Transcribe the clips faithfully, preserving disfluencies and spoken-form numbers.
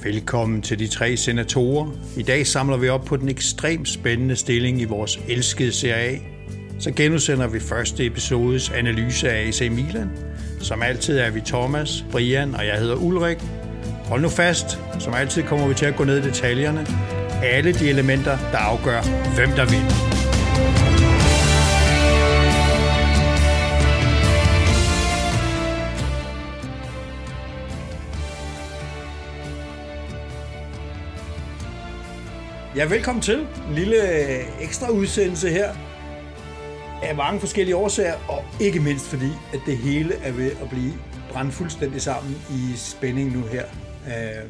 Velkommen til de tre senatorer. I dag samler vi op på den ekstremt spændende stilling i vores elskede Serie A. Så genudsender vi første episodes analyse af A C Milan. Som altid er vi Thomas, Brian og jeg hedder Ulrik. Hold nu fast, som altid kommer vi til at gå ned i detaljerne. Alle de elementer, der afgør, hvem der vinder. Ja, velkommen til en lille ekstra udsendelse her af mange forskellige årsager, og ikke mindst fordi, at det hele er ved at blive brændt fuldstændig sammen i spænding nu her. Øh...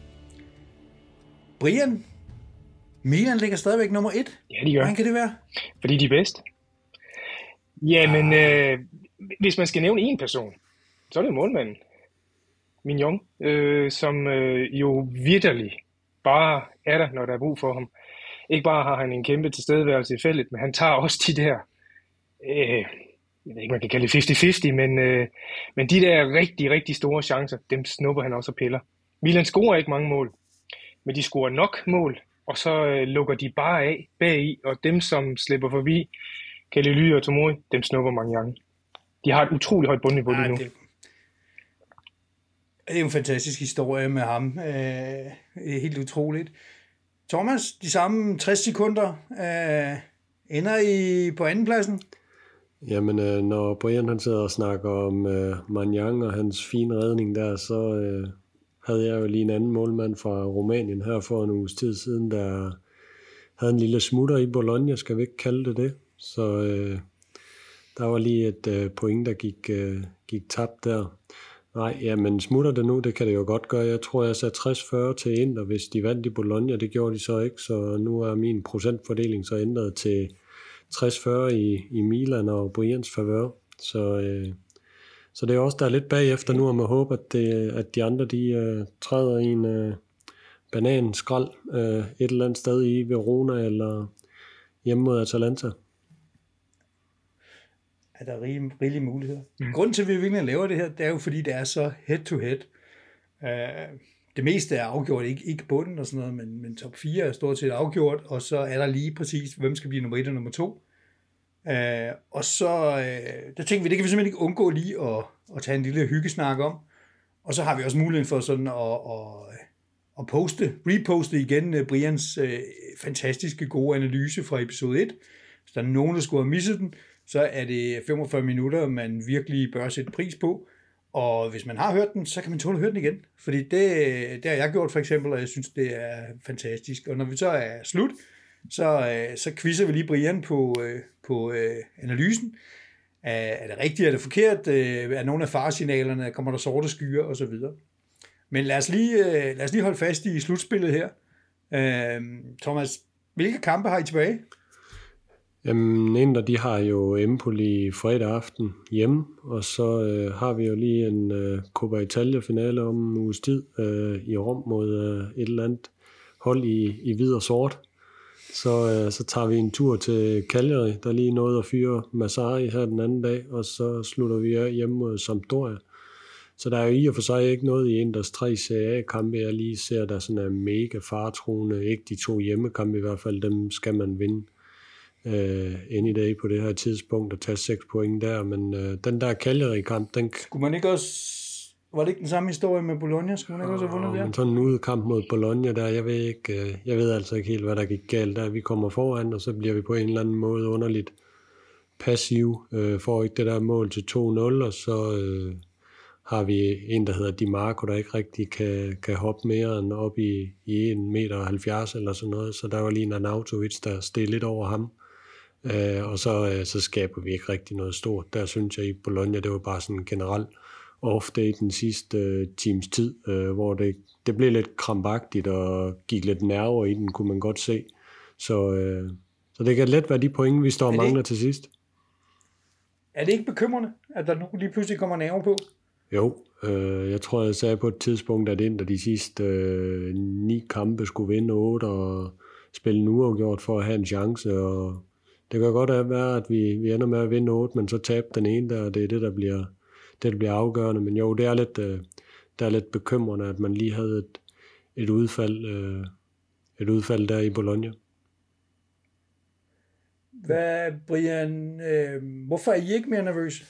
Brian, Milan ligger stadigvæk nummer et. Ja, de gør. Hvordan kan det være? Fordi de er bedst. Jamen, ah. øh, hvis man skal nævne en person, så er det målmanden, Mignon, øh, som øh, jo vitterligt bare er der, når der er brug for ham. Ikke bare har han en kæmpe tilstedeværelse i feltet, men han tager også de der, øh, jeg ved ikke, man kan kalde det halvtreds halvtreds, men, øh, men de der rigtig, rigtig store chancer, dem snupper han også og piller. Milan scorer ikke mange mål, men de scorer nok mål, og så øh, lukker de bare af bagi, og dem, som slipper forbi, Kalely og Tomori, dem snupper mange gange. De har et utroligt højt bundniveau lige nu. Det... Det er jo en fantastisk historie med ham. Øh, det er helt utroligt. Thomas, de samme tres sekunder øh, ender I på andenpladsen? Jamen, øh, når Brian han sidder og snakker om øh, Maignan og hans fine redning der, så øh, havde jeg jo lige en anden målmand fra Rumænien her for en uges tid siden, der havde en lille smutter i Bologna, skal vi ikke kalde det det. Så øh, der var lige et øh, point, der gik, øh, gik tabt der. Nej, jamen smutter det nu, det kan det jo godt gøre. Jeg tror, jeg satte tres fyrre til Inter, hvis de vandt i Bologna. Det gjorde de så ikke, så nu er min procentfordeling så ændret til tres fyrre i, i Milan og Brians favør. Så, øh, så det er også der er lidt bagefter nu, og man håber, at, det, at de andre de øh, træder i en øh, bananskrald øh, et eller andet sted i Verona eller hjemme mod Atalanta. Er der rig, rigelig muligheder. Mm. Grunden til, at vi virkelig laver det her, det er jo, fordi det er så head-to-head. Uh, det meste er afgjort, ikke, ikke bunden og sådan noget, men, men top fire er stort set afgjort, og så er der lige præcis, hvem skal blive nummer et og nummer to. Uh, og så, uh, der tænker vi, det kan vi simpelthen ikke undgå lige at, at tage en lille hyggesnak om. Og så har vi også muligheden for sådan at, at, at poste, reposte igen uh, Brians uh, fantastiske gode analyse fra episode et. Hvis der er nogen, der skulle have misset den, så er det femogfyrre minutter, man virkelig bør sætte pris på. Og hvis man har hørt den, så kan man tåle at høre den igen. Fordi det, det har jeg gjort for eksempel, og jeg synes, det er fantastisk. Og når vi så er slut, så, så quizzer vi lige Brian på, på analysen. Er det rigtigt, er det forkert? Er nogle af faresignalerne, kommer der sorte skyer osv.? Men lad os, lige, lad os lige holde fast i slutspillet her. Thomas, hvilke kampe har I tilbage? Jamen, Inter, de har jo Empoli fredag aften hjemme, og så øh, har vi jo lige en øh, Coppa Italia-finale om en uges tid øh, i Rom mod øh, et eller andet hold i, i hvid og sort. Så, øh, så tager vi en tur til Cagliari, der lige nåede at fyre Massari her den anden dag, og så slutter vi af hjemme mod Sampdoria. Så der er jo i og for sig ikke noget i Inters tre Serie A-kampe, jeg lige ser, der sådan er mega faretruende. Ikke de to hjemmekampe i hvert fald, dem skal man vinde. Uh, any day på det her tidspunkt og tage seks point der, men uh, den der Cagliari-kamp, den... Skulle man ikke også... Var det ikke den samme historie med Bologna? Skulle man ikke også have vundet der? Men sådan en udekamp mod Bologna der, jeg ved ikke, uh, jeg ved altså ikke helt, hvad der gik galt der. Vi kommer foran, og så bliver vi på en eller anden måde underligt passiv, uh, får ikke det der mål til to nul, og så uh, har vi en, der hedder Di Marco, der ikke rigtig kan, kan hoppe mere end op i, i en meter halvfjerds eller sådan noget, så der var lige en Arnautovic, der steg lidt over ham. Uh, og så, uh, så skaber vi ikke rigtig noget stort. Der synes jeg i Bologna, det var bare sådan en generel off-day den sidste uh, times tid, uh, hvor det, det blev lidt krampagtigt og gik lidt nerver i den, kunne man godt se. Så, uh, så det kan let være de point, vi står og mangler til sidst. Er det ikke bekymrende, at der nu lige pludselig kommer nerve på? Jo, øh, jeg tror, jeg sagde på et tidspunkt, at Inter de sidste øh, ni kampe skulle vinde otte og spille en uafgjort for at have en chance, og det kan godt være, at vi, vi ender med at vinde otte, men så tabe den ene der, og det er det, der bliver, det, der bliver afgørende. Men jo, det er lidt, øh, det er lidt bekymrende, at man lige havde et, et udfald, øh, et udfald der i Bologna. Hvad, Brian, øh, hvorfor er I ikke mere nervøse?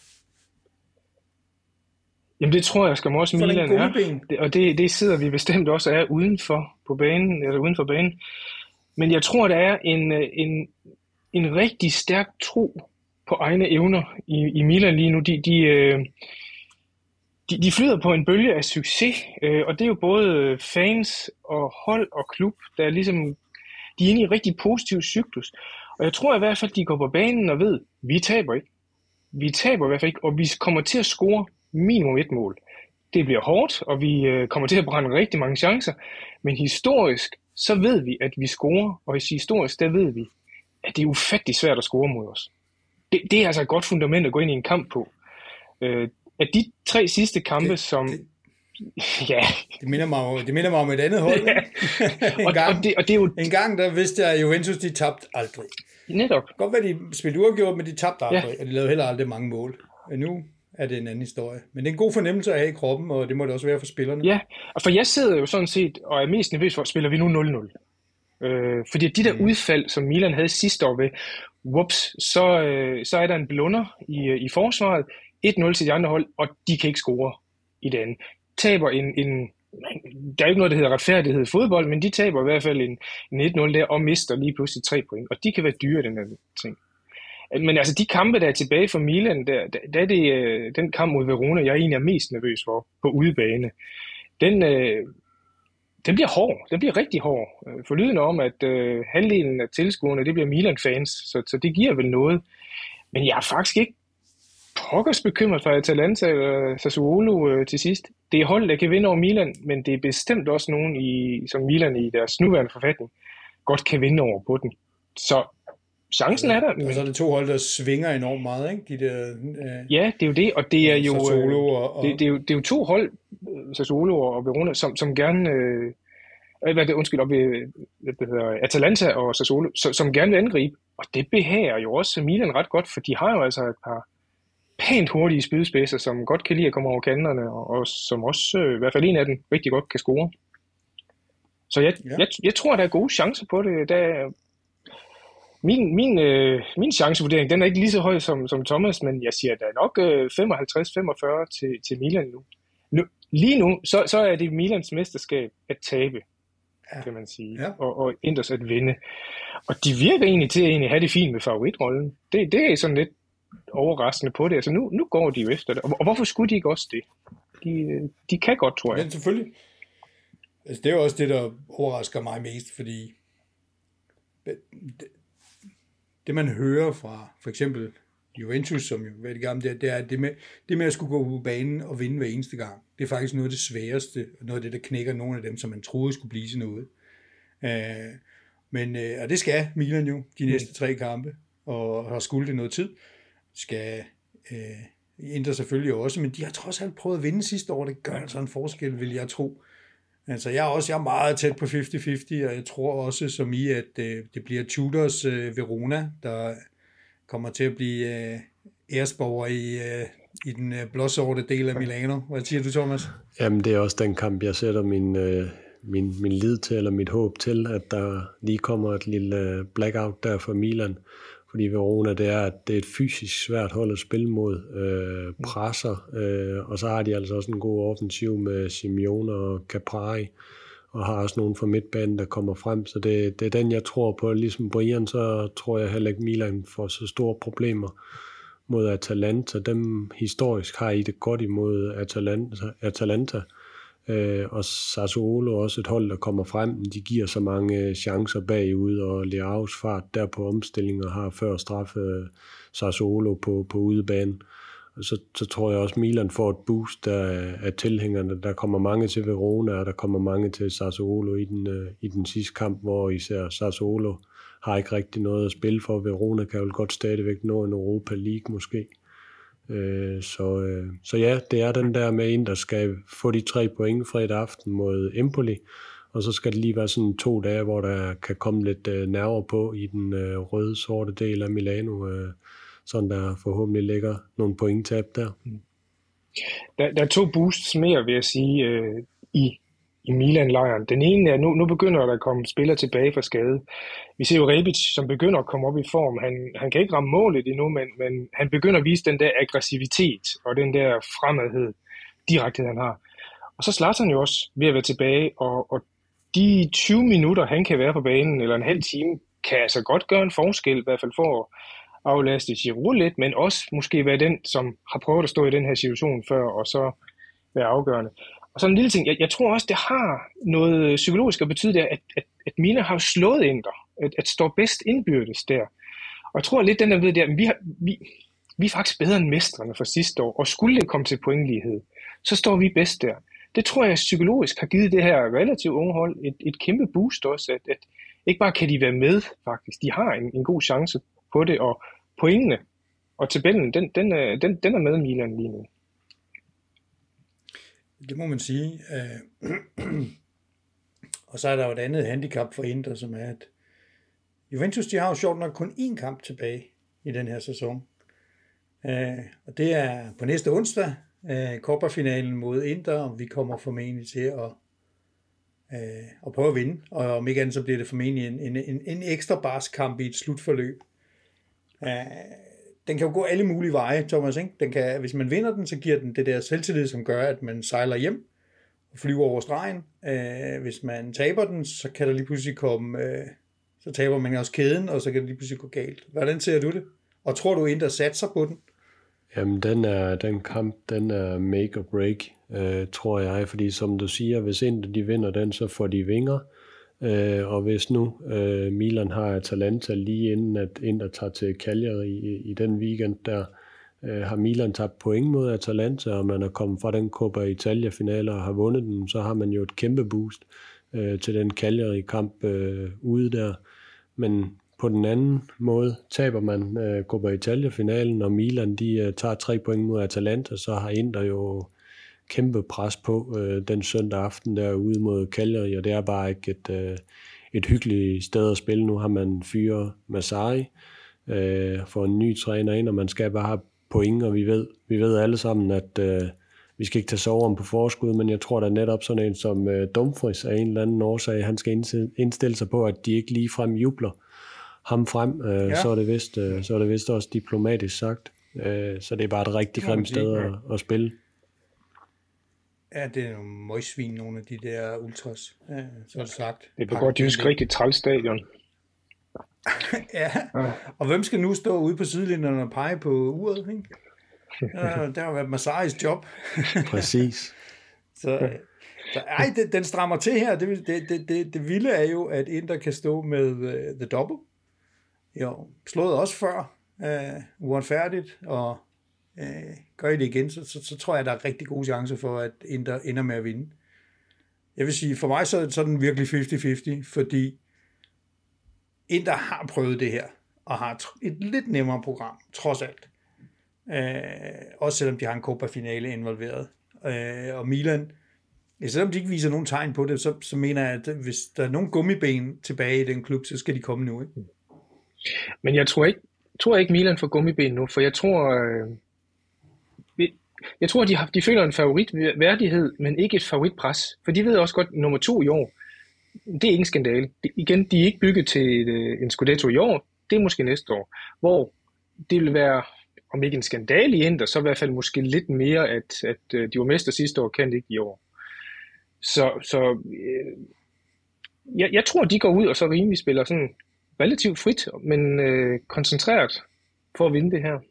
Jamen det tror jeg, skal også For den Milan gode er. ben. Det- Og det, det sidder vi bestemt også af udenfor på banen, eller uden for banen. Men jeg tror, der er en, øh, en, en rigtig stærk tro på egne evner i, i Milan lige nu. De, de, øh, de, de flyder på en bølge af succes, øh, og det er jo både fans og hold og klub, der er ligesom, de er inde i en rigtig positiv cyklus. Og jeg tror i hvert fald, de går på banen og ved, vi taber ikke. Vi taber i hvert fald ikke, og vi kommer til at score minimum et mål. Det bliver hårdt, og vi øh, kommer til at brænde rigtig mange chancer, men historisk, så ved vi, at vi scorer, og historisk, der ved vi, at det er ufattelig svært at score mod os. Det, det er altså et godt fundament at gå ind i en kamp på. Øh, at de tre sidste kampe, Det- som... det- ja, Det minder mig om, det minder mig om et andet hold. Ja. en, og, gang, og, det, og det er jo en gang, der vidste jeg, at Juventus, de tabte aldrig. netop... Godt være, de spillede uafgjort, men de tabte aldrig, Ja. og de lavede heller aldrig mange mål. Men nu er det en anden historie. Men det er en god fornemmelse at have i kroppen, og det må det også være for spillerne. Ja, og for jeg sidder jo sådan set og er mest nervøs for, spiller vi nu nul nul. Øh, fordi de der mm. udfald, som Milan havde sidste år ved, whoops, så, øh, så er der en blunder i, i forsvaret, et nul til de andre hold, og de kan ikke score i det andet. Taber en, en der er jo ikke noget, der hedder retfærdighed i fodbold, men de taber i hvert fald en, en et nul der, og mister lige pludselig tre point, og de kan være dyre, den her ting. Men altså, de kampe, der er tilbage for Milan, der, der, der er det øh, den kamp mod Verona, jeg egentlig er mest nervøs for på udebane. Den, øh, den bliver hård. Den bliver rigtig hård. Øh, Forlydende om, at øh, halvdelen af tilskuerne, det bliver Milan-fans, så, så det giver vel noget. Men jeg er faktisk ikke pokkers bekymret for Atalanta eller Sassuolo øh, til sidst. Det er hold, der kan vinde over Milan, men det er bestemt også nogen, i, som Milan i deres nuværende forfatning godt kan vinde over på den. Så chancen er der. Og så er det to hold, der svinger enormt meget, ikke? De der, øh, Ja, det er jo det, og det er jo, Sassuolo og, og det, det, er jo, det er jo to hold, Sassuolo og Verona, som, som gerne, øh, hvad det, undskyld, op ved, hvad det hedder, Atalanta og Sassuolo, som, som gerne vil angribe, og det behager jo også Milan ret godt, for de har jo altså et par pænt hurtige spydspidser, som godt kan lide at komme over kanterne, og, og som også, øh, i hvert fald en af dem, rigtig godt kan score. Så jeg, Ja. ja. jeg, jeg tror, der er gode chancer på det. Der, min, min, øh, min chancevurdering, den er ikke lige så høj som, som Thomas, men jeg siger, der er nok øh, femoghalvtreds femogfyrre til, til Milan nu. nu. Lige nu, så, så er det Milans mesterskab at tabe, Ja. kan man sige, Ja. og, og Inters at vinde. Og de virker egentlig til at egentlig have det fint med favoritrollen. Det, det er sådan lidt overraskende på det. Altså nu, nu går de jo efter det. Og, og hvorfor skulle de ikke også det? De, øh, de kan godt, tror jeg. Men selvfølgelig. Altså, det er jo også det, der overrasker mig mest, fordi det, det man hører fra for eksempel Juventus, som jo er det gamle, det, det er det med, det med at skulle gå på banen og vinde hver eneste gang. Det er faktisk noget af det sværeste, og noget af det, der knækker nogle af dem, som man troede skulle blive til noget. Øh, men, øh, og det skal Milan jo, de næste tre kampe, og har skulle det noget tid. Skal øh, Inter selvfølgelig også, men de har trods alt prøvet at vinde sidste år, det gør altså en forskel, vil jeg tro. Altså, jeg er også jeg er meget tæt på halvtreds halvtreds, og jeg tror også, som I, at øh, det bliver Tudors øh, Verona, der kommer til at blive øh, æresborger i, øh, i den øh, blåsorte del af Milano. Hvad siger du, Thomas? Jamen, det er også den kamp, jeg sætter min, øh, min, min lid til, eller mit håb til, at der lige kommer et lille blackout der for Milan. Fordi Verona, det er, at det er et fysisk svært hold at spille mod, øh, presser, øh, og så har de altså også en god offensiv med Simeone og Caprai, og har også nogen fra midtbanen, der kommer frem, så det, det er den, jeg tror på. Ligesom Brian, så tror jeg heller ikke, Milan får så store problemer mod Atalanta. Dem historisk har I det godt imod Atalanta, Atalanta. Øh, og Sassuolo også et hold, der kommer frem. De giver så mange chancer bagud, og Leaos fart der på omstillinger har før straffe Sassuolo på, på udebane. Så, så tror jeg også, Milan får et boost af, af tilhængerne. Der kommer mange til Verona, og der kommer mange til Sassuolo i den, i den sidste kamp, hvor især Sassuolo har ikke rigtig noget at spille for. Verona kan jo godt stadigvæk nå en Europa League måske. Øh, så, øh, så ja, det er den der med en, der skal få de tre point fredag aften mod Empoli, og så skal det lige være sådan to dage, hvor der kan komme lidt øh, nerver på i den øh, røde, sorte del af Milano, øh, sådan der forhåbentlig ligger nogle pointtab der. Der, der er to boosts mere, vil jeg sige, øh, i, i Milan-lejren. Den ene er, nu, nu begynder der at komme spillere tilbage fra skade. Vi ser jo Rebic, som begynder at komme op i form. Han, han kan ikke ramme målet endnu, men, men han begynder at vise den der aggressivitet og den der fremadhed, direkte han har. Og så Zlatan jo også ved at være tilbage, og, og de tyve minutter, han kan være på banen, eller en halv time, kan altså godt gøre en forskel, i hvert fald for at aflaste Giroud lidt, men også måske være den, som har prøvet at stå i den her situation før, og så være afgørende. Og så en lille ting, jeg, jeg tror også, det har noget psykologisk at betyde der, at, at, at Milan har slået Inter, at, at står bedst indbyrdes der. Og jeg tror lidt, den der ved der, vi, har, vi, vi er faktisk bedre end mestrene fra sidste år, og skulle det komme til pointlighed, så står vi bedst der. Det tror jeg psykologisk har givet det her relativt unge hold et, et kæmpe boost også, at, at ikke bare kan de være med faktisk, de har en, en god chance på det, og pointene og tabellen, den, den, er, den, den er med Milan lige nu. Det må man sige. Og så er der jo et andet handicap for Inter, som er, at Juventus, de har jo sjovt nok kun én kamp tilbage i den her sæson. Og det er på næste onsdag, Copa-finalen mod Inter, og vi kommer formentlig til at, at prøve at vinde. Og om ikke andet, så bliver det formentlig en, en, en, en ekstra barskamp i et slutforløb. Den kan jo gå alle mulige veje, Thomas, ikke? Den kan, hvis man vinder den, så giver den det der selvtillid, som gør, at man sejler hjem og flyver over stregen. Øh, hvis man taber den, så kan der lige pludselig komme, øh, så taber man også kæden, og så kan det lige pludselig gå galt. Hvordan ser du det? Og tror du, Inter satser på den? Jamen, den, er, den kamp, den er make or break, øh, tror jeg, fordi som du siger, hvis Inter de vinder den, så får de vinger. Øh, og hvis nu øh, Milan har Atalanta lige inden at Inter tager til Cagliari i, i den weekend der, øh, har Milan tabt point mod Atalanta, og man er kommet fra den Coppa Italia-finale og har vundet den, så har man jo et kæmpe boost øh, til den Cagliari-kamp øh, ude der. Men på den anden måde taber man øh, Coppa Italia-finalen, og Milan de øh, tager tre point mod Atalanta, så har Inter jo kæmpe pres på øh, den søndag aften derude mod Cagliari, og det er bare ikke et, øh, et hyggeligt sted at spille. Nu har man fyret Massari øh, for en ny træner ind, og man skal bare have point, og vi ved, vi ved alle sammen, at øh, vi skal ikke tage soveren på forskud, men jeg tror da netop sådan en som øh, Dumfries af en eller anden årsag, han skal indstille sig på, at de ikke ligefrem jubler ham frem, øh, ja. så, er det vist, øh, så er det vist også diplomatisk sagt. Øh, så det er bare et rigtig grimt sted at, at spille. Ja, det er jo møgsvin, nogle af de der ultras, ja, så er det sagt. Det er på godt jysk rigtig træls stadion. Ja, og hvem skal nu stå ude på sidelinjen og pege på uret, ikke? Ja, der har været Massaris job. Præcis. så, så ej, det, den strammer til her. Det, det, det, det, det vilde er jo, at Inter kan stå med uh, The Double. Jo, slået også før, uh, uretfærdigt, og uh, gør I det igen, så, så, så tror jeg, der er rigtig gode chancer for, at Inter ender med at vinde. Jeg vil sige, for mig så, så er den virkelig halvtreds halvtreds, fordi Inter har prøvet det her, og har et lidt nemmere program, trods alt. Øh, også selvom de har en Copa-finale involveret. Øh, og Milan, ja, selvom de ikke viser nogen tegn på det, så, så mener jeg, at hvis der er nogen gummiben tilbage i den klub, så skal de komme nu, ikke? Men jeg tror ikke, tror ikke Milan får gummiben nu, for jeg tror, øh, jeg tror, de, har, de føler en favoritværdighed, men ikke et favoritpres. For de ved også godt, nummer to i år, det er ikke en skandale. Det, igen, de er ikke bygget til et, en Scudetto i år, det er måske næste år, hvor det vil være, om ikke en skandale i Inter, så i hvert fald måske lidt mere, at, at de var mester sidste år, kan det ikke i år. Så, så øh, jeg, jeg tror, de går ud og så rimelig spiller sådan relativt frit, men øh, koncentreret for at vinde det her.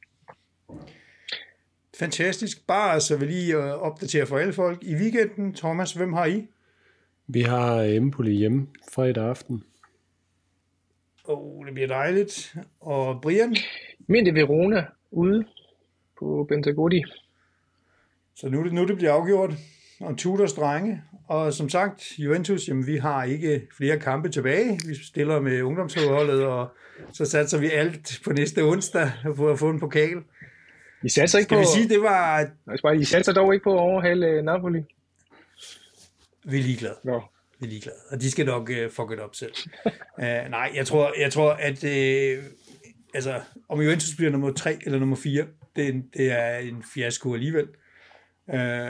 Fantastisk. Bare så vil lige opdatere for alle folk. I weekenden, Thomas, hvem har I? Vi har Empoli hjemme fredag aften. Åh, oh, det bliver dejligt. Og Brian? Men det er Verona ude på Bentagodi. Så nu, nu det bliver afgjort om Tudors drenge. Og som sagt, Juventus, jamen, vi har ikke flere kampe tilbage. Vi stiller med ungdomsholdet, og så satser vi alt på næste onsdag på at få en pokal. I satser ikke Skal på... vi sige, det var... I satser dog ikke på at overhale Napoli? Vi er ligeglade. Nå. Vi er ligeglade. Og de skal nok uh, fuck it up selv. uh, nej, jeg tror, jeg tror at uh, altså, om Juventus bliver nummer tre eller nummer fire, det, det er en fiasko alligevel. Uh,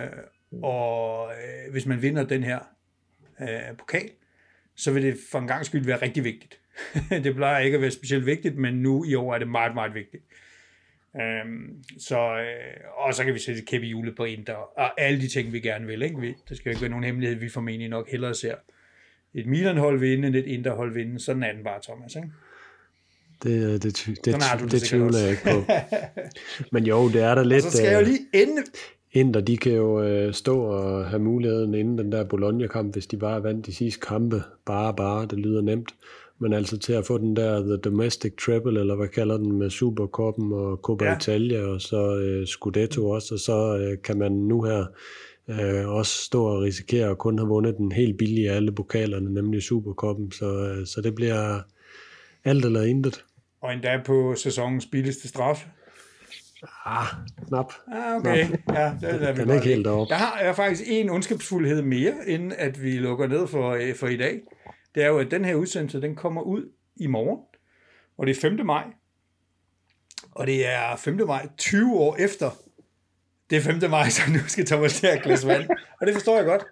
og øh, hvis man vinder den her øh, pokal, så vil det for en gang skyld være rigtig vigtigt. Det plejer ikke at være specielt vigtigt, men nu i år er det meget, meget vigtigt. Øhm, så, øh, og så kan vi sætte kæppe i hjulet på Inter, og alle de ting, vi gerne vil. Ikke? Vi, det skal jo ikke være nogen hemmelighed, vi formentlig nok hellere ser et Milan-hold vinde, end et Inter-hold vinde. Sådan er den bare, Thomas. Ikke? Det, det, det, det, det, det tvivler jeg ikke på. Men jo, det er der lidt... Og så skal jeg jo lige ende... Inter, de kan jo øh, stå og have muligheden inden den der Bologna-kamp, hvis de bare vandt de sidste kampe. Bare, bare, det lyder nemt. Men altså til at få den der The Domestic Treble, eller hvad kalder den, med Supercuppen og Coppa ja. Italia, og så øh, Scudetto også, og så øh, kan man nu her øh, også stå og risikere at kun have vundet den helt billige af alle pokalerne, nemlig Supercuppen. Så, øh, så det bliver alt eller intet. Og endda på sæsonens billigste straf. Ah, knap. Ah, okay. Knap. Ja, det, det er den er ikke helt deroppe. Jeg har, jeg har faktisk en ondskabsfuldhed mere, inden at vi lukker ned for, for i dag. Det er jo, at den her udsendelse, den kommer ud i morgen, og det er femte maj. Og det er femte maj, tyve år efter det er femte maj, så nu skal Thomas til at glas vand. Og det forstår jeg godt.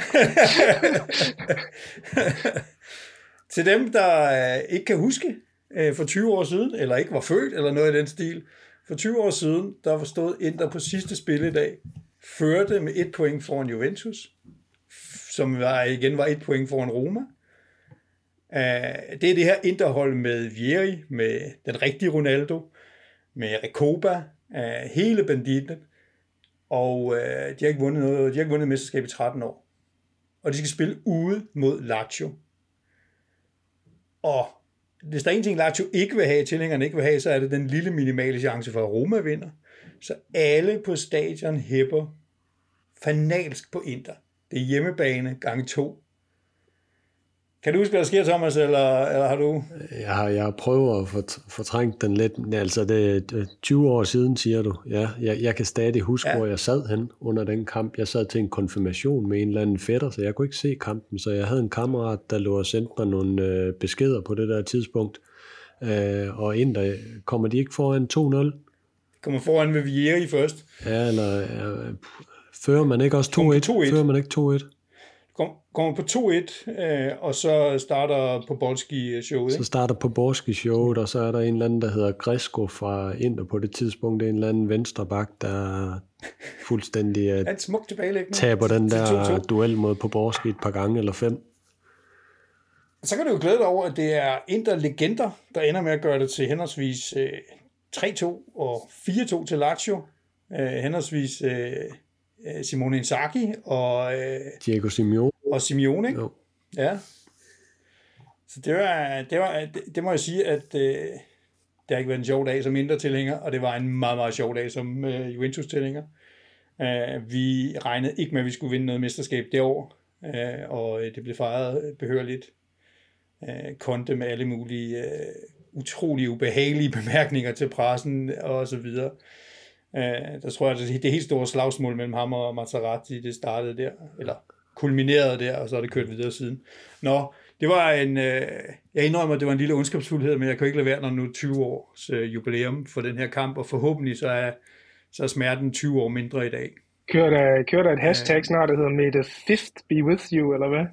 Til dem, der ikke kan huske for tyve år siden, eller ikke var født, eller noget i den stil. For tyve år siden, der stod Inter på sidste spilledag, førte med et point foran Juventus, som var, igen var et point foran Roma. Det er det her Interhold med Vieri, med den rigtige Ronaldo, med Recoba, hele banditten, og de har ikke vundet noget, de har ikke vundet mesterskab i tretten år. Og de skal spille ude mod Lazio. Og hvis der er en ting, Lazio ikke vil have, tilhængerne ikke vil have, så er det den lille minimale chance for, at Roma vinder. Så alle på stadion hæpper fanalsk på Inter. Det er hjemmebane gange to. Kan du huske, hvad der sker, Thomas, eller, eller har du? Jeg har, jeg har prøvet at fort, fortrænge den lidt. Altså, det er tyve år siden, siger du. Ja, jeg, jeg kan stadig huske, ja. Hvor jeg sad hen under den kamp. Jeg sad til en konfirmation med en eller anden fætter, så jeg kunne ikke se kampen. Så jeg havde en kammerat, der lå og sendte mig nogle øh, beskeder på det der tidspunkt. Øh, og Inter, kommer de ikke foran to nul? Kommer foran med Vieri først. Ja, eller øh, fører man ikke også to et? Fører man ikke to et? Kommer på to et, øh, og så starter Poborski-showet. Så starter Poborski-showet, og så er der en eller anden, der hedder Gresco fra Inter på det tidspunkt. Det er en eller anden venstreback, der fuldstændig uh, taber den der to to duel mod Poborski et par gange eller fem. Så kan du jo glæde dig over, at det er Inter-legender, der ender med at gøre det til henholdsvis øh, tre to og fire to til Lazio. Øh, henholdsvis... Øh, Simone Inzaghi og øh, Diego Simeone. Og Simeone, ikke? Jo. Ja. Så det var, det var det, det må jeg sige, at øh, det har ikke været en sjov dag som Inter-tilhænger, og det var en meget, meget sjov dag som øh, Juventus-tilhænger. Uh, vi regnede ikke med, at vi skulle vinde noget mesterskab det år, uh, og det blev fejret behørligt. Uh, Conte med alle mulige uh, utrolig ubehagelige bemærkninger til pressen og så videre. Uh, der tror jeg, at det helt store slagsmål mellem ham og Materazzi, det startede der, eller kulminerede der, og så er det kørt videre siden. Nå, det var en, uh, jeg indrømmer, at det var en lille ondskabsfuldhed, men jeg kan ikke lade være, når nu tyve års uh, jubilæum for den her kamp, og forhåbentlig så er, så er smerten tyve år mindre i dag. Kører der, kører der et hashtag snart, der hedder May the fifth be with you, eller hvad?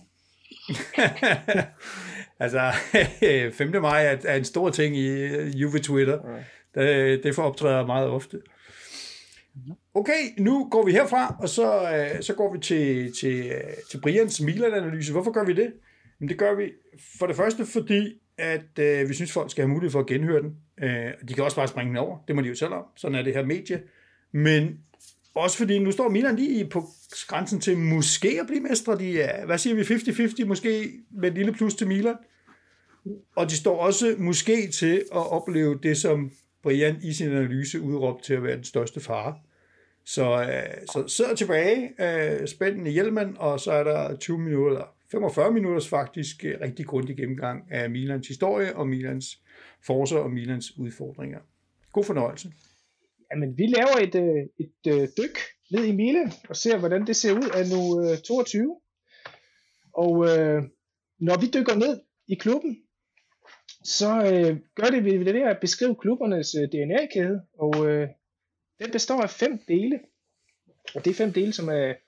Altså, femte maj er, er en stor ting i Juve Twitter. Ja. Det, det får optræder meget ofte. Okay, nu går vi herfra, og så, så går vi til, til, til Brians Milan-analyse. Hvorfor gør vi det? Men det gør vi for det første, fordi at øh, vi synes, folk skal have mulighed for at genhøre den. Øh, de kan også bare springe den over. Det må de jo selv om. Sådan er det her medie. Men også fordi nu står Milan lige på grænsen til måske at blive mestre. De er, hvad siger vi, halvtreds halvtreds måske med et lille plus til Milan. Og de står også måske til at opleve det, som Brian i sin analyse udråbte til at være den største fare. Så, øh, så sidder tilbage, øh, spændende i hjelmen, og så er der tyve minutter, femogfyrre minutters faktisk øh, rigtig grundig gennemgang af Milans historie og Milans forcer og Milans udfordringer. God fornøjelse. Jamen, vi laver et, et, et dyk ned i Milan og ser, hvordan det ser ud af nu toogtyve. Og øh, når vi dykker ned i klubben, så øh, gør det ved det at beskrive klubbernes øh, D N A-kæde. Og øh, den består af fem dele. Og det er fem dele, som er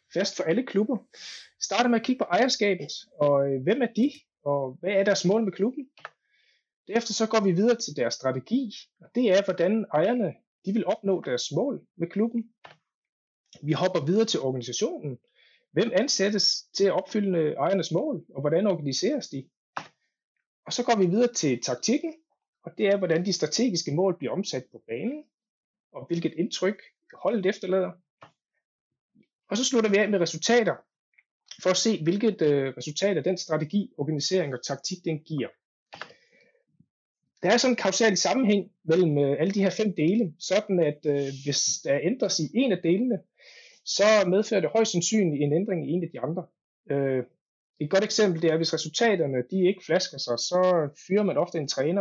fast for alle klubber. Starter med at kigge på ejerskabet, og øh, hvem er de, og hvad er deres mål med klubben. Derefter så går vi videre til deres strategi, og det er, hvordan ejerne de vil opnå deres mål med klubben. Vi hopper videre til organisationen. Hvem ansættes til at opfylde ejernes mål, og hvordan organiseres de? Og så går vi videre til taktikken, og det er, hvordan de strategiske mål bliver omsat på banen, og hvilket indtryk holdet efterlader. Og så slutter vi af med resultater, for at se, hvilket øh, resultat af den strategi, organisering og taktik, den giver. Der er sådan en kausal sammenhæng mellem øh, alle de her fem dele, sådan at øh, hvis der ændres i en af delene, så medfører det højst sandsynligt en ændring i en af de andre. Øh, et godt eksempel det er, hvis resultaterne de ikke flasker sig, så fyrer man ofte en træner.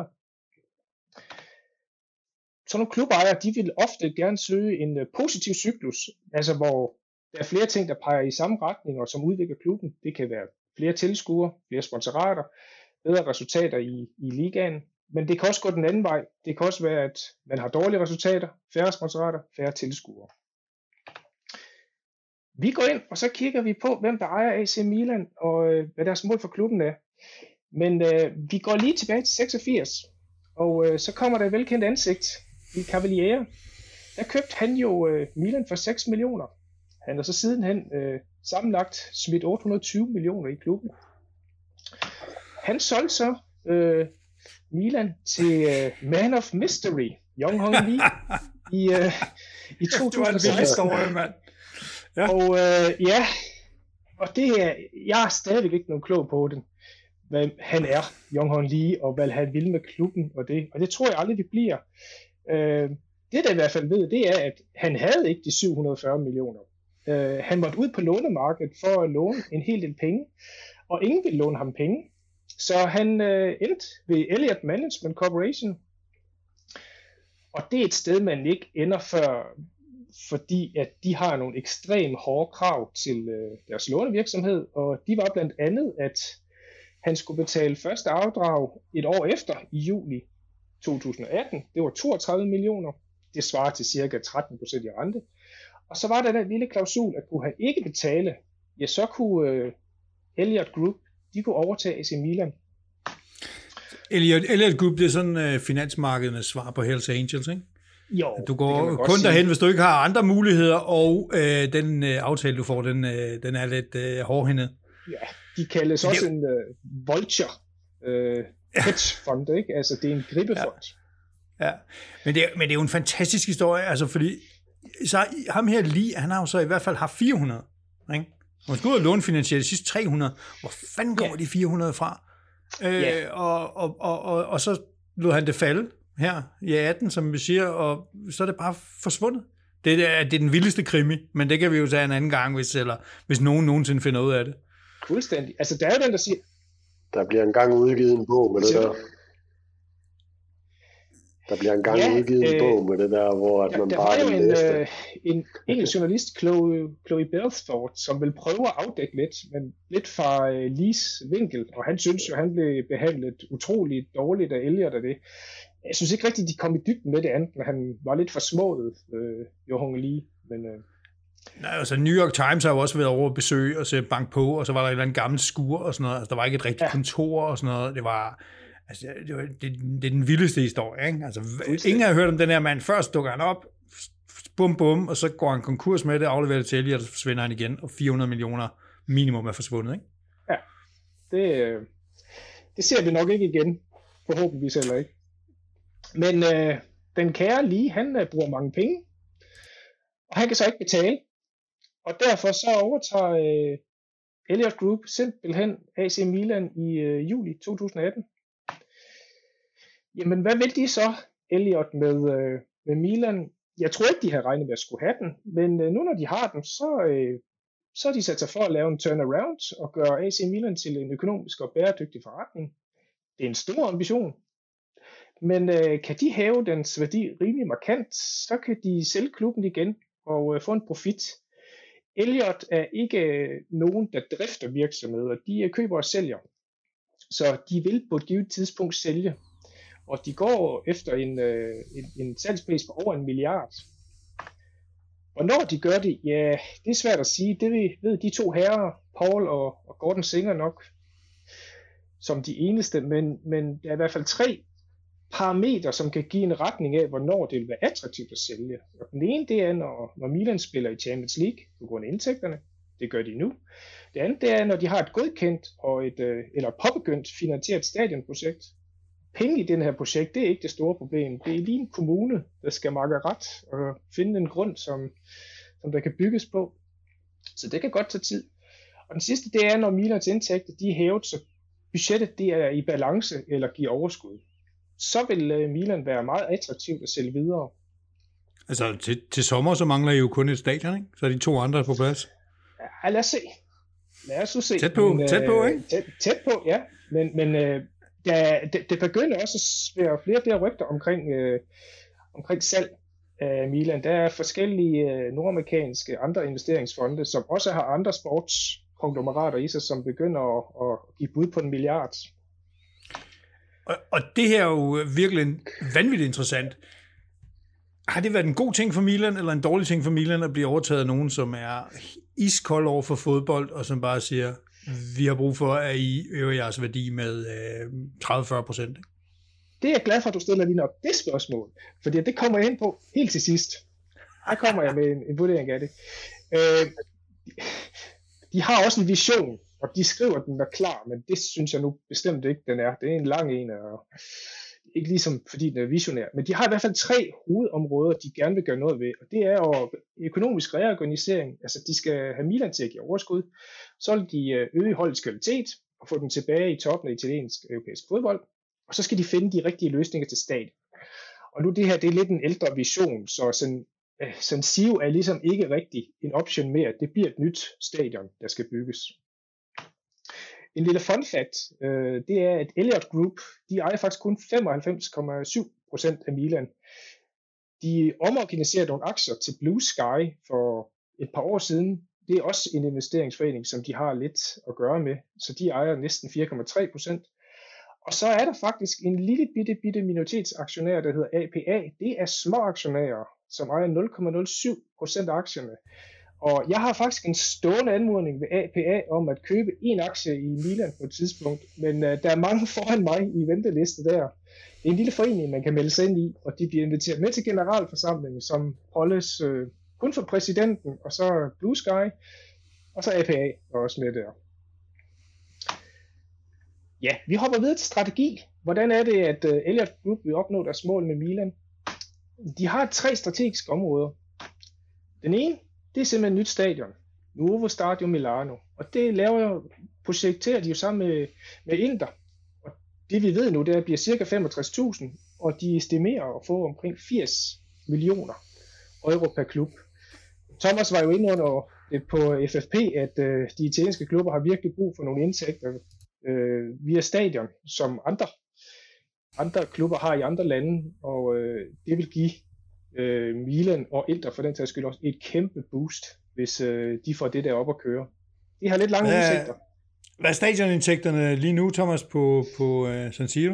Så nogle klubejere, de vil ofte gerne søge en uh, positiv cyklus, altså hvor der er flere ting, der peger i samme retning, og som udvikler klubben. Det kan være flere tilskuere, flere sponsorater, bedre resultater i, i ligaen, men det kan også gå den anden vej. Det kan også være, at man har dårlige resultater, færre sponsorater, færre tilskuere. Vi går ind, og så kigger vi på, hvem der ejer A C Milan, og øh, hvad deres mål for klubben er. Men øh, vi går lige tilbage til seksogfirs, og øh, så kommer der et velkendt ansigt i Cavaliere. Der købte han jo øh, Milan for seks millioner. Han har så sidenhen øh, sammenlagt smidt otte hundrede og tyve millioner i klubben. Han solgte så øh, Milan til øh, Man of Mystery, Young Hong Lee, i, øh, i to tusind og seksten. Det var en vild historie, mand. Ja. Og øh, ja, og det er, jeg er stadigvæk ikke nogen klog på den, hvad han er, Young Hong Lee, og hvad han vil med klubben, og det, og det tror jeg aldrig, vi bliver. Øh, det der i hvert fald ved, det er, at han havde ikke de syv hundrede og fyrre millioner. Øh, han måtte ud på lånemarkedet for at låne en hel del penge, og ingen ville låne ham penge. Så han øh, endte ved Elliott Management Corporation, og det er et sted, man ikke ender før, fordi at de har nogle ekstremt hårde krav til øh, deres lånevirksomhed, og de var blandt andet, at han skulle betale første afdrag et år efter, i juli to tusind og atten. Det var toogtredive millioner. Det svarer til cirka tretten procent i rente. Og så var der den lille klausul, at kunne han ikke betale, ja, så kunne øh, Elliott Group, de kunne overtage A C Milan. Elliott, Elliott Group, det er sådan uh, finansmarkedenes svar på Hells Angels, ikke? Jo, du går kun derhen, sige. Hvis du ikke har andre muligheder, og øh, den øh, aftale, du får, den, øh, den er lidt øh, hårdhændet. Ja, de kaldes det også en øh, vulture øh, hedgefond, ikke? Altså, det er en gribbefond. Ja, ja. Men, det er, men det er jo en fantastisk historie, altså fordi, så ham her lige, han har jo så i hvert fald haft fire hundrede, ikke? Og man skal ud og lånefinansiere de sidste tre hundrede. Hvor fanden kommer ja. de fire hundrede fra? Øh, ja. og, og, og, og, og så lod han det falde her i atten, som vi siger, og så er det bare forsvundet. Det er, det er den vildeste krimi, men det kan vi jo tage en anden gang, hvis, eller, hvis nogen nogensinde finder ud af det. Fuldstændig. Altså, der er jo den, der siger... Der bliver engang udgivet en bog med det der. Der bliver engang ja, udgivet en øh, bog med det der, hvor at ja, man der bare var jo en, øh, en engelsk journalist, Chloe, Chloe Belfort, som vil prøve at afdække lidt, men lidt fra øh, Lees vinkel, og han synes jo, han blev behandlet utroligt dårligt af Elliott og det. Jeg synes ikke rigtigt, de kom i dybden med det andet, men han var lidt for smået, øh, Young Lee, men... Øh, Nej, altså New York Times har jo også været over at besøge og se bank på, og så var der et eller andet gammelt skur og sådan noget. Altså, der var ikke et rigtigt ja. kontor og sådan noget. Det var, altså, det, var det, det er den vildeste historie, ikke? Altså, ingen har hørt om den her mand. Først dukker han op, bum bum, og så går han konkurs med det, afleverer det til Elliott, og så forsvinder han igen, og fire hundrede millioner minimum er forsvundet, ikke? Ja, det, det ser vi nok ikke igen. Forhåbentligvis heller ikke. Men øh, den kære Lee, han øh, bruger mange penge, og han kan så ikke betale. Og derfor så overtager øh, Elliott Group simpelthen A C Milan i øh, juli to tusind og atten. Jamen, hvad vil de så, Elliott, med, øh, med Milan? Jeg tror ikke, de har regnet med at skulle have den, men øh, nu når de har den, så, øh, så har de sat sig for at lave en turnaround og gøre A C Milan til en økonomisk og bæredygtig forretning. Det er en stor ambition. Men øh, kan de hæve dens værdi rimelig markant, så kan de sælge klubben igen og øh, få en profit. Elliott er ikke øh, nogen, der drifter virksomheder. De øh, køber og sælger. Så de vil på et givet tidspunkt sælge. Og de går efter en, øh, en, en salgspris på over en milliard. Hvornår de gør det, ja, det er svært at sige. Det ved de to herrer, Paul og, og Gordon Singer nok, som de eneste, men, men der er i hvert fald tre parametre, som kan give en retning af, hvornår det vil være attraktivt at sælge. Og den ene, det er, når, når Milan spiller i Champions League på grund af indtægterne. Det gør de nu. Det andet, det er, når de har et godkendt og et, eller et påbegyndt finansieret stadionprojekt. Penge i den her projekt, det er ikke det store problem. Det er lige en kommune, der skal makke ret og finde en grund, som, som der kan bygges på. Så det kan godt tage tid. Og den sidste, det er, når Milans indtægter, de er hævet, så budgettet det er i balance eller giver overskud. Så vil Milan være meget attraktivt at sælge videre. Altså til, til sommer, så mangler I jo kun et stadion, ikke? Så er de to andre på plads. Ja, lad os se. Lad os se. Tæt på, men, tæt på, ikke? Tæt, tæt på, ja. Men, men øh, der, det, det begynder også at være flere og flere rygter omkring, øh, omkring salg af Milan. Der er forskellige øh, nordamerikanske andre investeringsfonde, som også har andre sportskonglomerater i sig, som begynder at, at give bud på en milliard. Og, og det her er jo virkelig vanvittigt interessant. Har det været en god ting for Milan, eller en dårlig ting for Milan, at blive overtaget af nogen, som er iskold over for fodbold, og som bare siger, vi har brug for, at I øger jeres værdi med øh, tredive til fyrre procent? Det er jeg glad for, at du stiller lige nok det spørgsmål, fordi det kommer jeg ind på helt til sidst. Her kommer jeg med en, en vurdering af det. Øh, de har også en vision, og de skriver, at den er klar, men det synes jeg nu bestemt ikke, den er. Det er en lang en, og ikke ligesom fordi den er visionær. Men de har i hvert fald tre hovedområder, de gerne vil gøre noget ved, og det er jo økonomisk reorganisering. Altså, de skal have Milan til at give overskud. Så vil de øge holdets kvalitet og få den tilbage i toppen af italiensk og europæisk fodbold. Og så skal de finde de rigtige løsninger til stadion. Og nu det her, det er lidt en ældre vision, så sådan, San Siro er ligesom ikke rigtig en option mere. Det bliver et nyt stadion, der skal bygges. En lille fun fact, øh, det er, at Elliott Group, de ejer faktisk kun femoghalvfems komma syv procent af Milan. De omorganiserede nogle aktier til Blue Sky for et par år siden. Det er også en investeringsforening, som de har lidt at gøre med, så de ejer næsten fire komma tre procent. Og så er der faktisk en lille bitte, bitte minoritetsaktionær, der hedder A P A. Det er små aktionærer, som ejer nul komma nul syv procent af aktierne. Og jeg har faktisk en stående anmodning ved A P A om at købe en aktie i Milan på et tidspunkt, men uh, der er mange foran mig i venteliste der. Det er en lille forening, man kan melde sig ind i, og de bliver inviteret med til generalforsamlingen, som holdes uh, kun for præsidenten, og så Blue Sky, og så A P A er også med der. Ja, vi hopper videre til strategi. Hvordan er det, at uh, Elliott Group vil opnå deres mål med Milan? De har tre strategiske områder. Den ene, det er simpelthen et nyt stadion. Nuovo Stadio Milano. Og det laver projekterer de jo sammen med, med Inter. Og det vi ved nu, det er, at det bliver cirka femogtres tusind, og de estimerer at få omkring firs millioner euro per klub. Thomas var jo inde under det på F F P, at øh, de italienske klubber har virkelig brug for nogle indtægter øh, via stadion, som andre, andre klubber har i andre lande, og øh, det vil give øh, Milan og Inter for den tages skyld også et kæmpe boost, hvis øh, de får det der op at køre. De har lidt lange hvad, udsigter. Hvad er stadionindtægterne lige nu, Thomas, på, på uh, San Siro?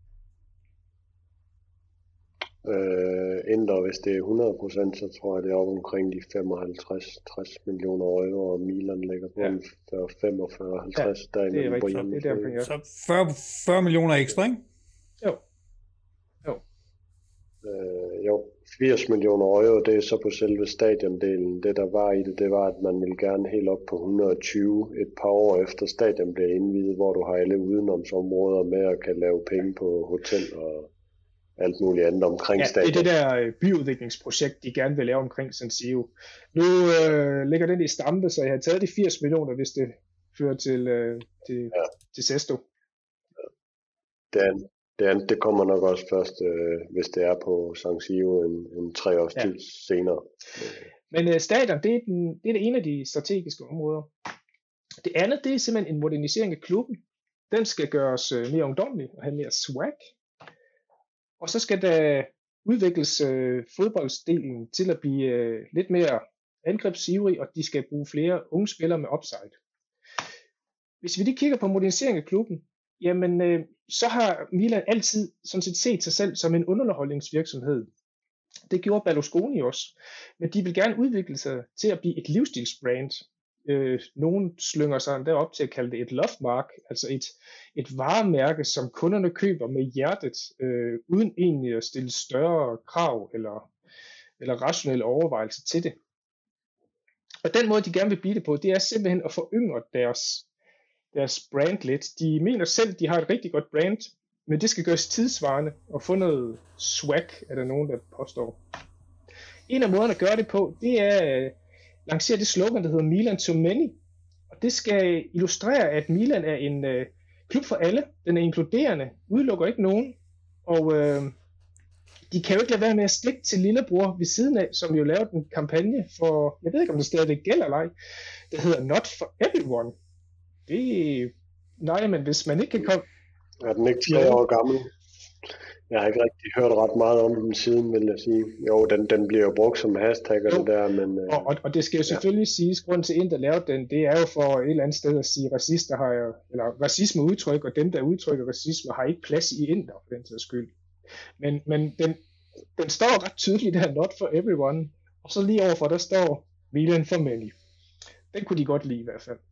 Øh, Inter, hvis det er hundrede procent, så tror jeg, det er op omkring de femoghalvtreds til tres millioner euro, og Milan ligger på ja. femogfyrre til halvtreds. Ja, det er rigtigt. Det er derfor, ja. Så fyrre, fyrre millioner ekstra, ikke? Jo. Jo. Øh, jo, firs millioner euro, det er så på selve stadiondelen. Det der var i det, det var, at man ville gerne helt op på et hundrede og tyve et par år efter stadion bliver indviet, hvor du har alle udenomsområder med og kan lave penge på hotel og alt muligt andet omkring ja, stadion. Det er det der byudviklingsprojekt, de gerne vil lave omkring San Siro. Nu øh, ligger den i stampe, så jeg har taget de firs millioner, hvis det fører til, øh, til, ja. til Sesto. Ja. Det, andet, det andet, det kommer nok også først, øh, hvis det er på San Siro en, en tre års tid ja. senere. Men øh, stadion, det er, den, det er det ene af de strategiske områder. Det andet, det er simpelthen en modernisering af klubben. Den skal gøres øh, mere ungdomlig og have mere swag. Og så skal der udvikles øh, fodboldsdelen til at blive øh, lidt mere angrebsivrig, og de skal bruge flere unge spillere med upside. Hvis vi lige kigger på modernisering af klubben, jamen øh, så har Milan altid sådan set set sig selv som en underholdningsvirksomhed. Det gjorde Berlusconi også. Men de vil gerne udvikle sig til at blive et livsstilsbrand. Øh, nogen slynger sig derop til at kalde det et love mark, altså et, et varemærke, som kunderne køber med hjertet, øh, uden egentlig at stille større krav eller, eller rationelle overvejelser til det. Og den måde, de gerne vil blive det på, det er simpelthen at foryngre deres, deres brand lidt. De mener selv, de har et rigtig godt brand, men det skal gøres tidsvarende og få noget swag, er der nogen, der påstår. En af måderne at gøre det på, det er at lancere det slogan, der hedder Milan to Many. Og det skal illustrere, at Milan er en øh, klub for alle. Den er inkluderende, udelukker ikke nogen. Og øh, de kan jo ikke lade være med at stikke til lillebror ved siden af, som jo lavede en kampagne for, jeg ved ikke om det stadig gælder eller ej, der hedder Not for Everyone. Det nej, men hvis man ikke kan komme... Er den ikke tre år gammel? Jeg har ikke rigtig hørt ret meget om den siden, vil jeg sige. Jo, den, den bliver jo brugt som hashtag og det der, men... Øh, og, og, og det skal jo selvfølgelig ja. siges, grunden til, at der lavede den, det er jo for et eller andet sted at sige, at racister har jo, eller racisme udtryk, og dem, der udtrykker racisme, har ikke plads i Inder, for den sags skyld. Men, men den, den står ret tydeligt der, Not for Everyone, og så lige overfor, der står Milan for Many. Den kunne de godt lide i hvert fald.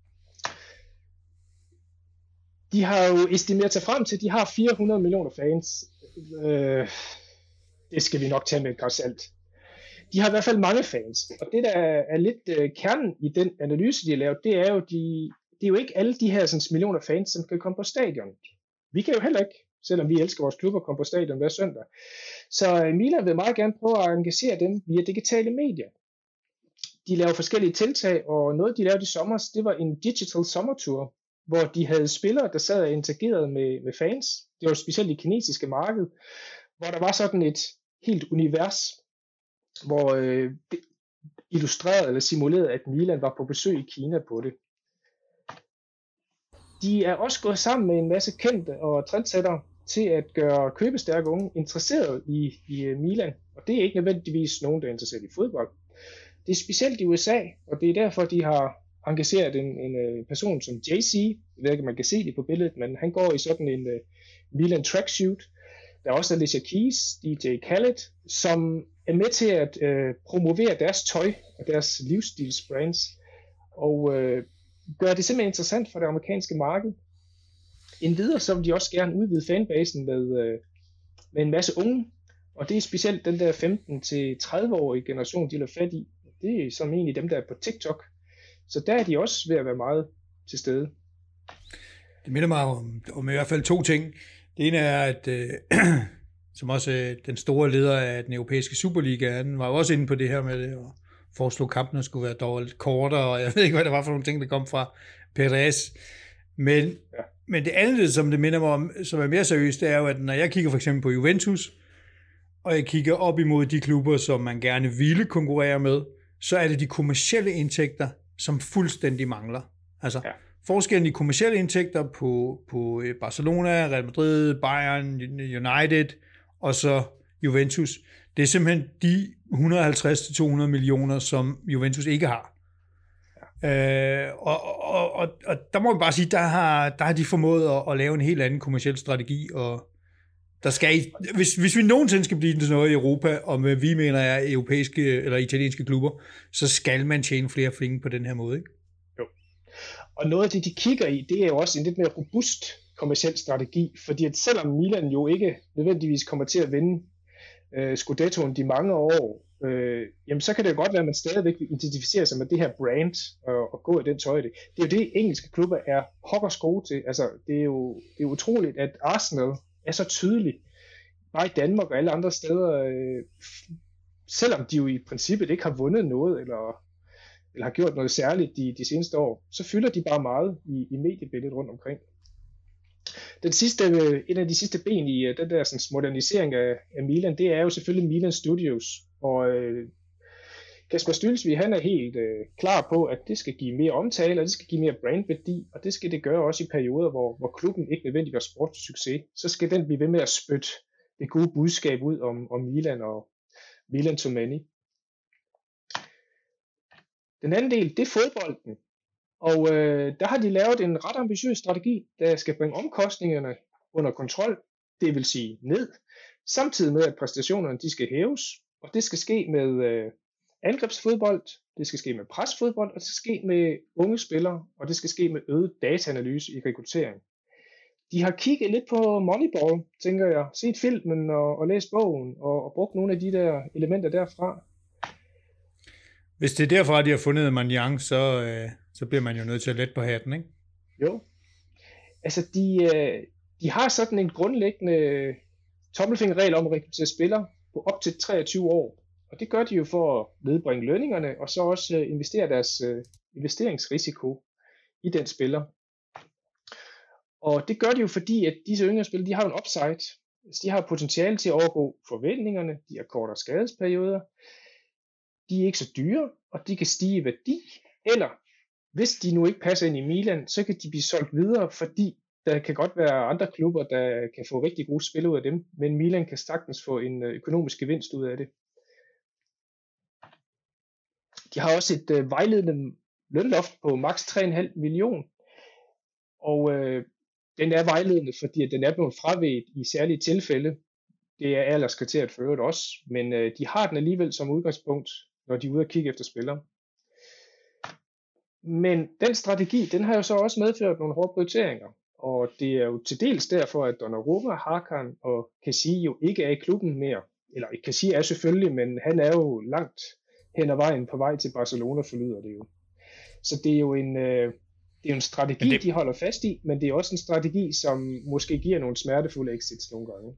De har jo estimeret sig frem til, at de har fire hundrede millioner fans. Øh, det skal vi nok tage med et græs salt. De har i hvert fald mange fans. Og det, der er lidt øh, kernen i den analyse, de har lavet, det er jo, de, det er jo ikke alle de her sådan, millioner fans, som kan komme på stadion. Vi kan jo heller ikke, selvom vi elsker vores klubber, komme på stadion hver søndag. Så øh, Milan vil meget gerne prøve at engagere dem via digitale medier. De laver forskellige tiltag, og noget de lavede i sommer, det var en digital sommertur, hvor de havde spillere, der sad og interagerede med, med fans. Det var specielt i kinesiske marked, hvor der var sådan et helt univers, hvor øh, illustreret eller simuleret, at Milan var på besøg i Kina på det. De er også gået sammen med en masse kendte og trendsættere til at gøre købestærke unge interesseret i, i Milan. Og det er ikke nødvendigvis nogen, der er interesseret i fodbold. Det er specielt i U S A, og det er derfor, de har engageret en, en person som Jay-Z. Jeg ved ikke, om man kan se det på billedet, men han går i sådan en uh, Milan tracksuit. Der er også Alicia Keys, D J Khaled, som er med til at uh, promovere deres tøj og deres livsstilsbrands, og uh, gøre det simpelthen interessant for det amerikanske marked. Endvidere så vil de også gerne udvide fanbasen med, uh, med en masse unge, og det er specielt den der femten til tredive-årige generation, de lader fat i. Det er som egentlig dem, der er på TikTok. Så der er de også ved at være meget til stede. Det minder mig om, om i hvert fald to ting. Det ene er, at øh, som også øh, den store leder af den europæiske Superliga, han var jo også inde på det her med det, at foreslå kampene skulle være dårligt kortere, og jeg ved ikke, hvad det var for nogle ting, der kom fra Perez. Men, ja. men det andet, som det minder mig om, som er mere seriøst, det er jo, at når jeg kigger for eksempel på Juventus, og jeg kigger op imod de klubber, som man gerne ville konkurrere med, så er det de kommercielle indtægter, som fuldstændig mangler. Altså ja. forskellen i kommercielle indtægter på, på Barcelona, Real Madrid, Bayern, United og så Juventus. Det er simpelthen de et hundrede og halvtreds til to hundrede millioner, som Juventus ikke har. Ja. Øh, og, og, og, og der må man bare sige, der har, der har de formået at, at lave en helt anden kommerciel strategi, og der skal, hvis, hvis vi nogensinde skal blive til noget i Europa, og med, vi mener er europæiske eller italienske klubber, så skal man tjene flere penge på den her måde, ikke? Jo. Og noget af det, de kigger i, det er jo også en lidt mere robust kommerciel strategi, fordi at selvom Milan jo ikke nødvendigvis kommer til at vinde øh, Scudettoen de mange år, øh, jamen så kan det jo godt være, at man stadigvæk vil identificere sig med det her brand og, og gå i den tøjde. Det er jo det, engelske klubber er pokkers gode til. Altså, det er jo det er utroligt, at Arsenal er så tydeligt, bare i Danmark og alle andre steder, øh, selvom de jo i princippet ikke har vundet noget, eller, eller har gjort noget særligt de, de seneste år, så fylder de bare meget i, i mediebilledet rundt omkring. Den sidste, en af de sidste ben i uh, den der sådan, modernisering af, af Milan, det er jo selvfølgelig Milan Studios, og øh, Kasper Stylsvig, han er helt øh, klar på, at det skal give mere omtale, og det skal give mere brandværdi, og det skal det gøre også i perioder, hvor, hvor klubben ikke nødvendigvis gør sportssucces. Så skal den blive ved med at spytte det gode budskab ud om, om Milan og Milan to Many. Den anden del, det er fodbolden. Og øh, der har de lavet en ret ambitiøs strategi, der skal bringe omkostningerne under kontrol, det vil sige ned, samtidig med at præstationerne de skal hæves. og det skal ske med øh, angrebsfodbold, det skal ske med presfodbold, og det skal ske med unge spillere, og det skal ske med øget dataanalyse i rekruttering. De har kigget lidt på Moneyball, tænker jeg, set filmen og, og læst bogen, og, og brugt nogle af de der elementer derfra. Hvis det er derfra, de har fundet Maniang, så, øh, så bliver man jo nødt til at lette på hatten, ikke? Jo. Altså, de, øh, de har sådan en grundlæggende tommelfingerregel om at rekruttere spillere på op til treogtyve år. Og det gør de jo for at nedbringe lønningerne, og så også øh, investere deres øh, investeringsrisiko i den spiller. Og det gør de jo, fordi at disse yngre spillere, de har en upside. Altså, de har potentiale til at overgå forventningerne, de har kortere skadesperioder, de er ikke så dyre, og de kan stige i værdi. Eller, hvis de nu ikke passer ind i Milan, så kan de blive solgt videre, fordi der kan godt være andre klubber, der kan få rigtig gode spil ud af dem, men Milan kan sagtens få en økonomisk gevinst ud af det. De har også et øh, vejledende lønloft på maks tre komma fem million, og øh, den er vejledende, fordi at den er blevet fraveget i særlige tilfælde. Det er alderskriteriet for øvrigt også, men øh, de har den alligevel som udgangspunkt, når de er ude at kigge efter spillere. Men den strategi, den har jo så også medført nogle hårde prioriteringer, og det er jo til dels derfor, at Donnarumma, Hakan og Kessie jo ikke er i klubben mere. Eller Kessie er selvfølgelig, men han er jo langt hen ad vejen på vej til Barcelona, forlyder det jo. Så det er jo en, øh, det er jo en strategi, det... de holder fast i, men det er også en strategi, som måske giver nogle smertefulde exits nogle gange.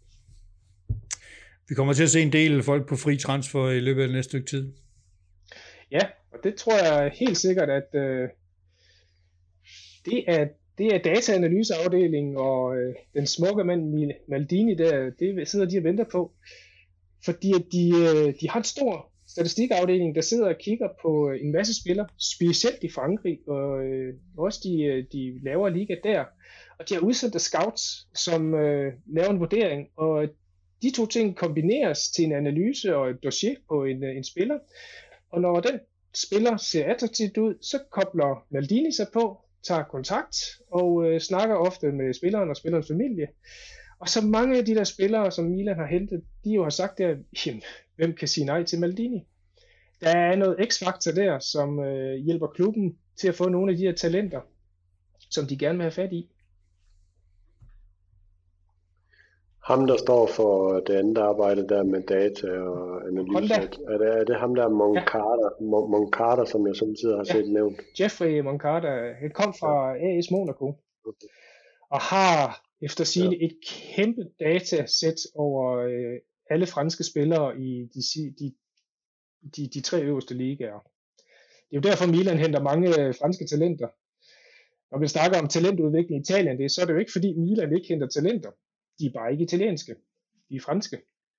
Vi kommer til at se en del folk på fri transfer i løbet af det næste stykke tid. Ja, og det tror jeg helt sikkert, at øh, det er det er dataanalyseafdelingen og øh, den smukke mand Maldini der, det sidder de og venter på. Fordi at de, øh, de har en stor statistikafdeling, der sidder og kigger på en masse spillere, specielt i Frankrig, og øh, også de, de lavere liga der. Og de har udsendt scouts, som øh, laver en vurdering, og de to ting kombineres til en analyse og et dossier på en, en spiller. Og når den spiller ser attraktivt ud, så kobler Maldini sig på, tager kontakt og øh, snakker ofte med spilleren og spillerens familie. Og så mange af de der spillere, som Milan har hentet, de jo har sagt der, jamen, hvem kan sige nej til Maldini? Der er noget x-faktor der, som øh, hjælper klubben til at få nogle af de her talenter, som de gerne vil have fat i. Ham, der står for det andet arbejde der med data og analyse, er det, er det ham der Moncada, ja. Moncada, som jeg samtidig har ja. set nævnt? Jeffrey Moncada, han kom fra A S Monaco, okay. og har efter sigende ja. et kæmpe datasæt over øh, alle franske spillere i de, de, de, de tre øverste ligaer. Det er jo derfor, Milan henter mange øh, franske talenter. Når vi snakker om talentudvikling i Italien, det, så er det jo ikke fordi Milan ikke henter talenter. De er bare ikke italienske. De er franske.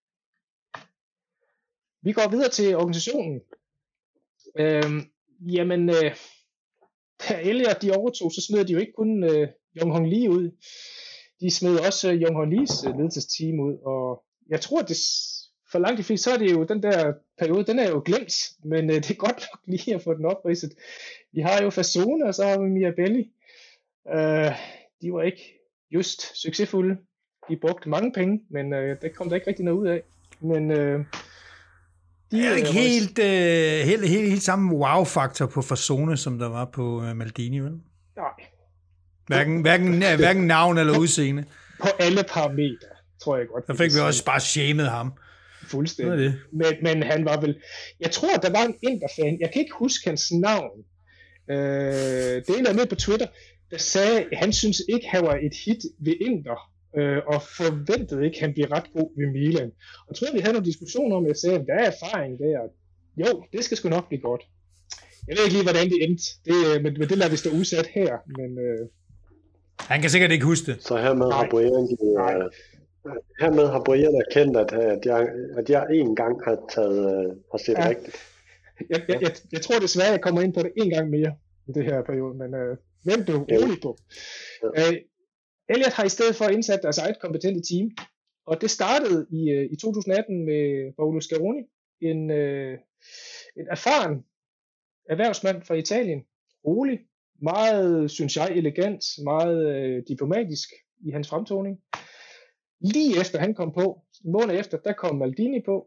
Vi går videre til organisationen. Øhm, jamen, øh, da Elliot de overtog, så smed de jo ikke kun øh, Jong Hong Lee ud. De smed også øh, Jong Hong Lees øh, ledelsesteam ud. Og jeg tror, at det, for langt de fleste, så er det jo den der periode, den er jo glemt. Men øh, det er godt nok lige at få den opridset. Vi har jo Fasone, og så har vi Mirabelli. Øh, de var ikke just succesfulde. De brugte mange penge, men øh, det kom der ikke rigtig noget ud af. Men øh, de er ikke øh, helt, øh, helt, helt, helt samme wow-faktor på Fasone, som der var på øh, Maldini, vel? Nej. Hverken, hverken, ja, hverken navn eller udseende. På alle parametre, tror jeg godt. Der fik vi også bare shamed ham. Fuldstændig. Det. Men, men han var vel... Jeg tror, der var en Inter-fan, jeg kan ikke huske hans navn. Øh, det er en, der er med på Twitter, der sagde, at han synes ikke, han var et hit ved Inter. Øh, og forventede ikke, at han bliver ret god ved Milan. Og jeg tror, vi havde nogle diskussioner om, at jeg sagde, at der er erfaring der. Jo, det skal sgu nok blive godt. Jeg ved ikke lige, hvordan det endte, det, men, men det lader vi stå udsat her. Men, øh... han kan sikkert ikke huske det. Så hermed har Brian, øh, hermed har Brian erkendt, at, at, jeg, at jeg en gang har, taget, øh, har set ja. rigtigt. Jeg, jeg, jeg, jeg tror desværre, jeg kommer ind på det en gang mere i det her periode, men øh, vent du roligt på. Ja. Øh, Elliot har i stedet for indsat deres eget kompetente team, og det startede i, uh, i to tusind atten med Paolo Scaroni, en, uh, en erfaren erhvervsmand fra Italien, rolig, meget, synes jeg, elegant, meget uh, diplomatisk i hans fremtoning. Lige efter han kom på, en måned efter, der kom Maldini på,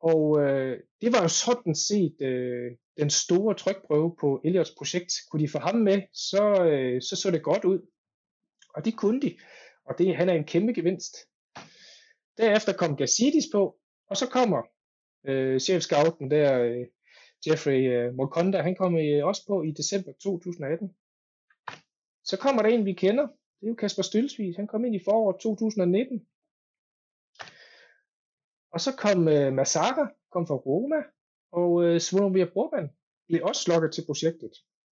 Og øh, det var jo sådan set øh, den store trykprøve på Elliots projekt. Kunne de få ham med, så, øh, så så det godt ud. Og det kunne de. Og det, han er en kæmpe gevinst. Derefter kom Gazidis på, og så kommer øh, chefscouten der, øh, Jeffrey øh, Molconda, han kom øh, også på i december to tusind atten. Så kommer der en, vi kender. Det er jo Kasper Stølsvig. Han kom ind i foråret to tusind nitten. Og så kom øh, Masara, kom fra Roma, og øh, Zvonimir Boban blev også slukket til projektet.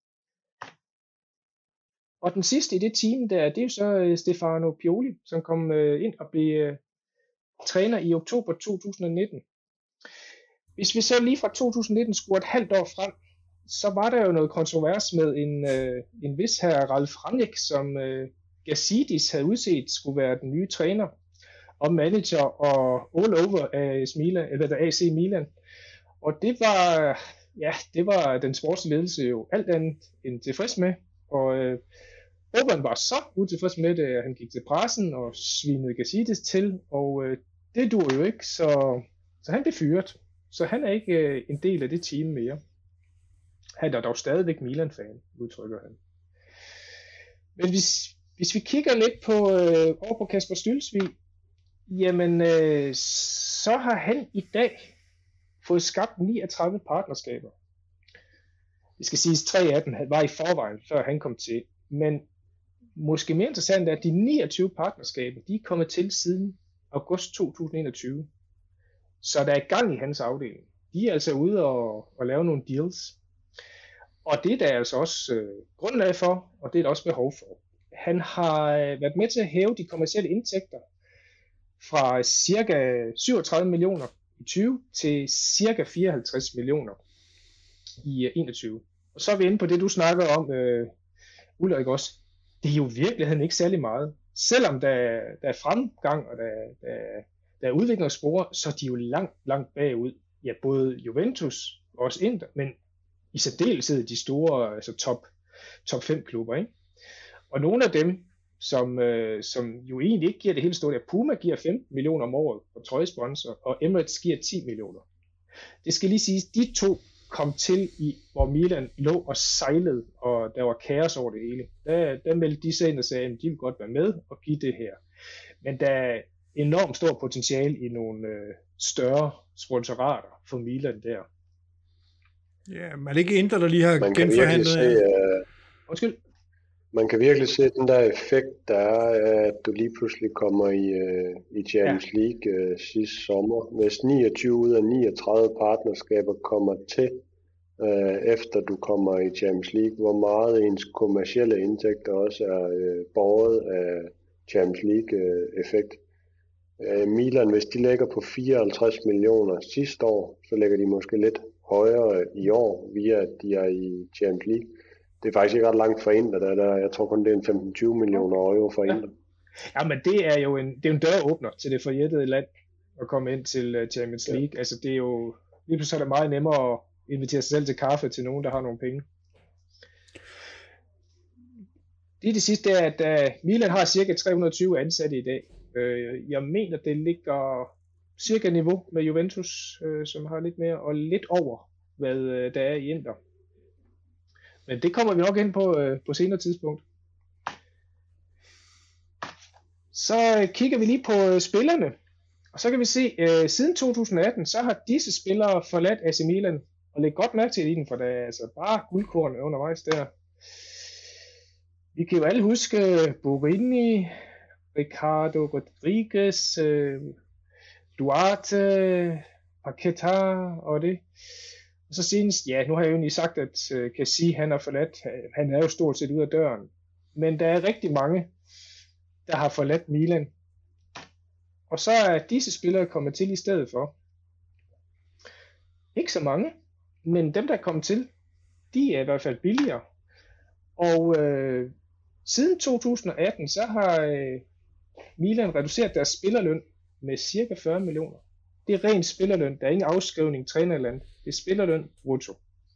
Og den sidste i det team der, det er jo så øh, Stefano Pioli, som kom øh, ind og blev øh, træner i oktober to tusind nitten. Hvis vi så lige fra to tusind nitten skruer et halvt år frem, så var der jo noget kontrovers med en, øh, en vis herre Ralf Rangnick, som øh, Gazidis havde udset skulle være den nye træner og manager og all over A C Milan, eller A C Milan. Og det var, ja, det var den sportslige ledelse jo alt andet end tilfreds med. Og øh, Boban var så utilfreds med det, at han gik til pressen og svinede Gazidis til, og øh, det duer jo ikke, så, så han blev fyret. Så han er ikke øh, en del af det team mere. Han er dog stadigvæk Milan-fan, udtrykker han. Men hvis, hvis vi kigger lidt på, øh, over på Kasper Stølsvig, jamen øh, så har han i dag fået skabt niogtredive partnerskaber. Det skal siges, tre af dem var i forvejen, før han kom til. Men måske mere interessant er, at de niogtyve partnerskaber, de er kommet til siden august to tusind enogtyve. Så der er gang i hans afdeling. De er altså ude og, og lave nogle deals. Og det er der altså også øh, grundlag for, og det er der også behov for. Han har været med til at hæve de kommercielle indtægter fra cirka syvogtredive millioner i tyve til cirka fireoghalvtreds millioner i enogtyve. Og så er vi inde på det, du snakker om, øh, Ulrik også. Det er jo i virkeligheden ikke særlig meget. Selvom der, der er fremgang, og der, der, der er udviklingsspor, så er de jo langt, langt bagud. Ja, både Juventus og også Inter, men i særdeleshed de store altså top, top fem klubber. Ikke? Og nogle af dem, som, øh, som jo egentlig ikke giver det hele store, Puma giver femten millioner om året på trøjesponsor, og Emirates giver ti millioner. Det skal lige siges, de to kom til i, hvor Milan lå og sejlede, og der var kaos over det hele. Der, der meldte de sig ind og sagde, at de vil godt være med og give det her. Men der er enormt stor potentiale i nogle øh, større sponsorater for Milan der. Ja, man er ikke Inter, der lige har man kan genforhandlet. Se, uh, Undskyld? Man kan virkelig se den der effekt, der er, at du lige pludselig kommer i, uh, i Champions ja. League uh, sidste sommer. Hvis niogtyve ud af niogtredive partnerskaber kommer til, uh, efter du kommer i Champions League, hvor meget ens kommercielle indtægter også er uh, båret af Champions League-effekt. Uh, uh, Milan, hvis de ligger på fireoghalvtreds millioner sidste år, så ligger de måske lidt højere i år, via at de er i Champions League. Det er faktisk ikke ret langt for Inter, der, der jeg tror kun det er en femten til tyve millioner euro for Inter. Ja, men det er jo en, det er en døråbner til det forjættede land at komme ind til Champions League. Ja. Altså det er jo, lige pludselig er det meget nemmere at invitere sig selv til kaffe til nogen, der har nogle penge. Det er det sidste, er, at uh, Milan har cirka tre hundrede og tyve ansatte i dag. Uh, jeg mener, det ligger cirka niveau med Juventus, uh, som har lidt mere og lidt over, hvad uh, der er i Inter. Men det kommer vi nok ind på øh, på senere tidspunkt. Så øh, kigger vi lige på øh, spillerne. Og så kan vi se, øh, siden to tusind atten, så har disse spillere forladt A C Milan. Og læg godt mærke til i den, for der er altså bare guldkorn undervejs der. Vi kan jo alle huske Borini, Ricardo Rodriguez, øh, Duarte, Paquetá og det. Og så senest, ja, nu har jeg jo egentlig sagt, at uh, Kessie, han har forladt, han er jo stort set ud af døren. Men der er rigtig mange, der har forladt Milan. Og så er disse spillere kommet til i stedet for. Ikke så mange, men dem, der er kommet til, de er i hvert fald billigere. Og øh, siden to tusind atten, så har øh, Milan reduceret deres spillerløn med cirka fyrre millioner. Det er ren spillerløn. Der er ingen afskrivning, trænerland. Det er spillerløn, brutto.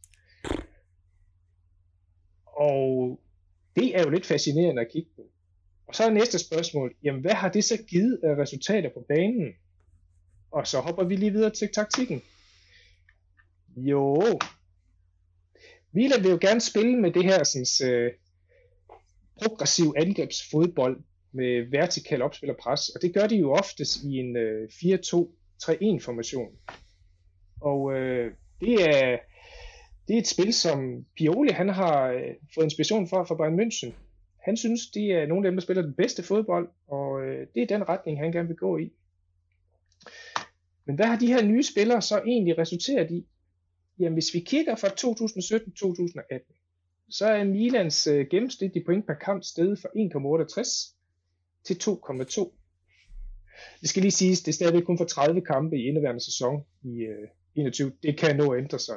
Og det er jo lidt fascinerende at kigge på. Og så er næste spørgsmål, jamen hvad har det så givet af resultater på banen? Og så hopper vi lige videre til taktikken. Jo. Milan vil jo gerne spille med det her sådan, øh, progressiv angrebsfodbold med vertikal opspil og pres, og det gør de jo oftest i en øh, fire to tre en formation. Og øh, det er det er et spil, som Pioli han har øh, fået inspiration fra fra Bayern München. Han synes, det er nogle af dem, der spiller den bedste fodbold, og øh, det er den retning, han gerne vil gå i. Men hvad har de her nye spillere så egentlig resulteret i? Jamen, hvis vi kigger fra to tusind og sytten til to tusind og atten, så er Milans øh, gennemsnitlige point per kamp steget fra en komma otteogtres til to komma to. Det skal lige siges, det er stadigvæk kun for tredive kampe i indeværende sæson i øh, enogtyve. Det kan nå at ændre sig.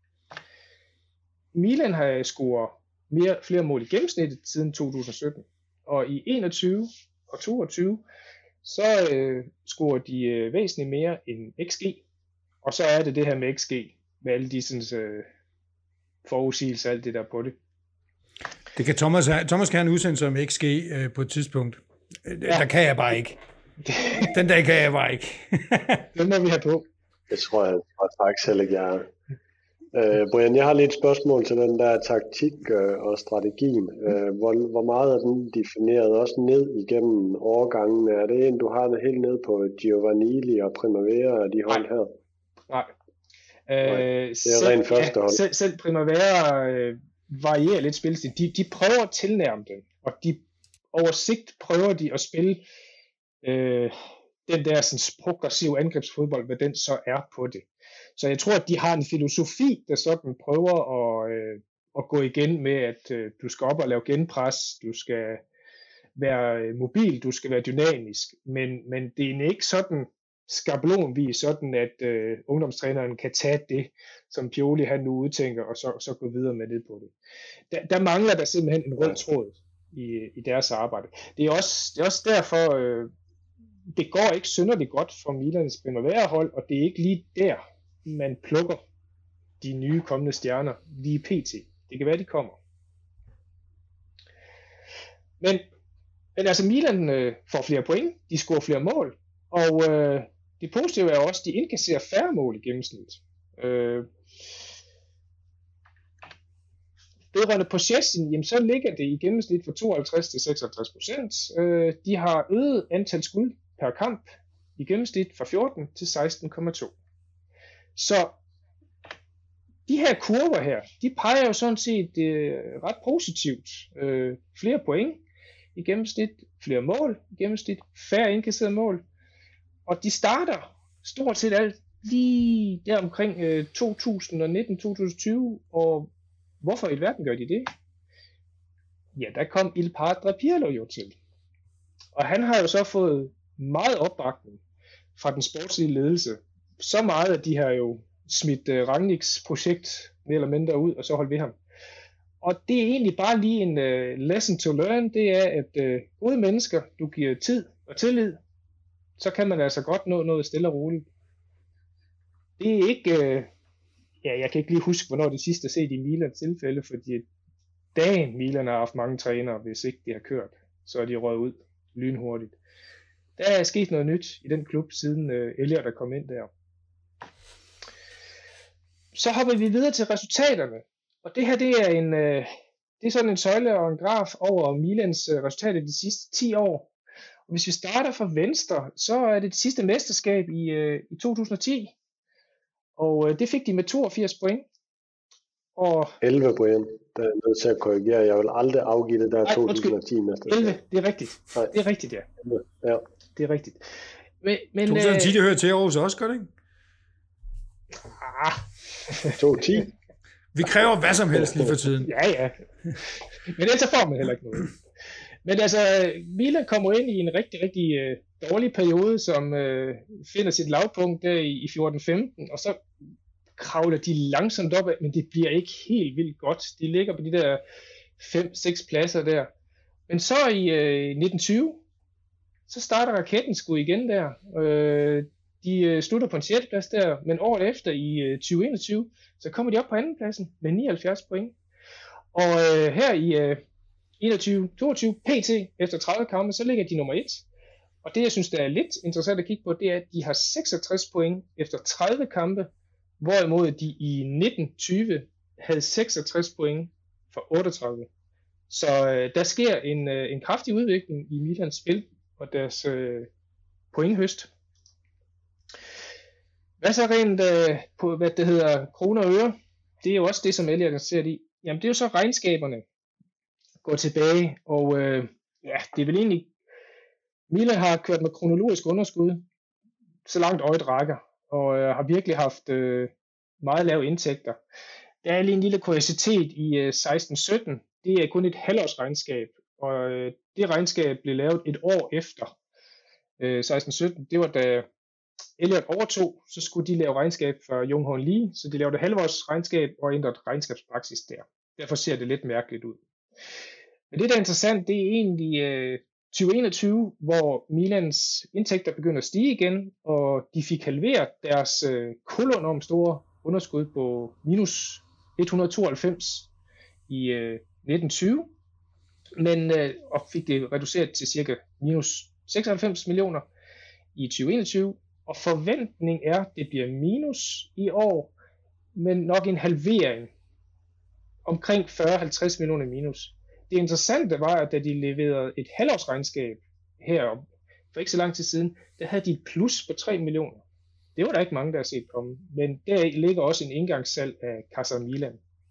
Milan har scoret mere, flere mål i gennemsnittet siden to tusind og sytten, og i enogtyve og toogtyve, så øh, scorer de øh, væsentligt mere end X G, og så er det det her med X G, med alle de sådan, øh, forudsigelser og alt det der på det. Det kan Thomas, Thomas kan have en udsendelse om X G øh, på et tidspunkt. Ja. Der kan jeg bare ikke. Den dag kan jeg bare ikke. Den må vi have på. Det tror jeg, jeg faktisk selv ikke, jeg er. Øh, Brian, jeg har lidt spørgsmål til den der taktik øh, og strategien. Øh, hvor, hvor meget er den defineret også ned igennem årgangene? Er det en, du har det helt ned på Giovanni og Primavera og de hold her? Nej. Øh, det er rent første hold. Ja, selv, selv Primavera øh, varierer lidt spilstil. De, de prøver at tilnærme den, og de over sigt prøver de at spille øh, den der sådan, progressive angrebsfodbold, hvad den så er på det. Så jeg tror, at de har en filosofi, der sådan prøver at, øh, at gå igen med, at øh, du skal op og lave genpres, du skal være mobil, du skal være dynamisk, men, men det er ikke sådan skabelonvis, sådan at øh, ungdomstræneren kan tage det, som Pioli han nu udtænker, og så, så gå videre med det på det. Der, der mangler der simpelthen en rød tråd i, i deres arbejde. Det er også, det er også derfor, øh, det går ikke synderligt godt for Milans Primavera-hold, og det er ikke lige der, man plukker de nye kommende stjerner lige pt. Det kan være, de kommer. Men, men altså Milan øh, får flere point, de scorer flere mål, og øh, det positive er også, at de indkasserer færre mål i gennemsnit. Øh, Vedrørende possession, jamen så ligger det i gennemsnit fra tooghalvtreds til seksoghalvtreds procent. Øh, de har øget antal skud per kamp i gennemsnit fra fjorten til seksten komma to. Så de her kurver her, de peger jo sådan set øh, ret positivt. Øh, flere point i gennemsnit, flere mål i gennemsnit, færre indkasserede mål. Og de starter stort set alt lige der omkring øh, to tusind nitten til to tusind tyve, og hvorfor i verden gør de det? Ja, der kom Il Padre Pirlo jo til. Og han har jo så fået meget opbakning fra den sportslige ledelse. Så meget, at de har jo smidt uh, Rangnicks projekt mere eller mindre ud, og så holdt ved ham. Og det er egentlig bare lige en uh, lesson to learn, det er, at uh, gode mennesker, du giver tid og tillid, så kan man altså godt nå noget stille og roligt. Det er ikke, uh, ja, jeg kan ikke lige huske, hvornår det sidste er set i Milans tilfælde, fordi dagen Milan har haft mange trænere, hvis ikke de har kørt, så er de røget ud lynhurtigt. Der er sket noget nyt i den klub, siden uh, Elliot er kommet ind der. Så hopper vi videre til resultaterne. Og det her, det er en, uh, det er sådan en søjle og en graf over Milans uh, resultater de sidste ti år. Og hvis vi starter fra venstre, så er det det sidste mesterskab i, uh, i to tusind og ti. Og uh, det fik de med toogfirs point. Og elleve point. Der er nødt til at korrigere. Jeg vil aldrig afgive det der nej, to tusind og ti mesterskab. elleve, det er rigtigt. Nej. Det er rigtigt, ja. Ja. Det er rigtigt. Men, men, to tusind og ti, det hører til Aarhus også, gør det ikke? Ah. to tusind og ti. Vi kræver hvad som helst lige for tiden. Ja, ja. Men ellers så får man heller ikke noget. Men altså, Milan kommer ind i en rigtig, rigtig øh, dårlig periode, som øh, finder sit lavpunkt der i, i fjorten femten, og så kravler de langsomt op, men det bliver ikke helt vildt godt. De ligger på de der fem seks pladser der. Men så i øh, nitten tyve, så starter raketten sgu igen der. Øh, de øh, slutter på en sjette plads der, men året efter i øh, tyve enogtyve, så kommer de op på anden pladsen med nioghalvfjerds point. Og øh, her i øh, enogtyve toogtyve pt. Efter tredive kampe, så ligger de nummer et. Og det, jeg synes, der er lidt interessant at kigge på, det er, at de har seksogtres point efter tredive kampe, hvorimod de i nitten tyve havde seksogtres point for otteogtredive. Så øh, der sker en, øh, en kraftig udvikling i Milans spil og deres øh, pointhøst. Hvad så rent øh, på, hvad det hedder, kroner og øre? Det er jo også det, som Elliot er interesseret i. Jamen, det er jo så regnskaberne går tilbage, og øh, ja, det er vel egentlig, Milan har kørt med kronologisk underskud, så langt øjet rækker, og øh, har virkelig haft øh, meget lave indtægter. Der er lige en lille kuriositet i øh, seksten sytten, det er kun et halvårsregnskab, og øh, det regnskab blev lavet et år efter øh, seksten sytten. Det var da Elliot overtog, så skulle de lave regnskab for Jung Hoon Lee, så de lavede halvårsregnskab og ændrede regnskabspraksis der. Derfor ser det lidt mærkeligt ud. Men det, der er interessant, det er egentlig øh, tyve enogtyve, hvor Milans indtægter begynder at stige igen, og de fik halveret deres øh, kolonormt store underskud på minus et hundrede tooghalvfems i øh, nitten tyve, men, øh, og fik det reduceret til cirka minus seksoghalvfems millioner i tyve enogtyve, og forventning er, at det bliver minus i år, men nok en halvering, omkring fyrre til halvtreds millioner minus. Det interessante var, at da de leverede et halvårsregnskab her for ikke så lang tid siden, der havde de et plus på tre millioner. Det var der ikke mange, der har set komme, men der ligger også en indgangssalg af Casa Milan.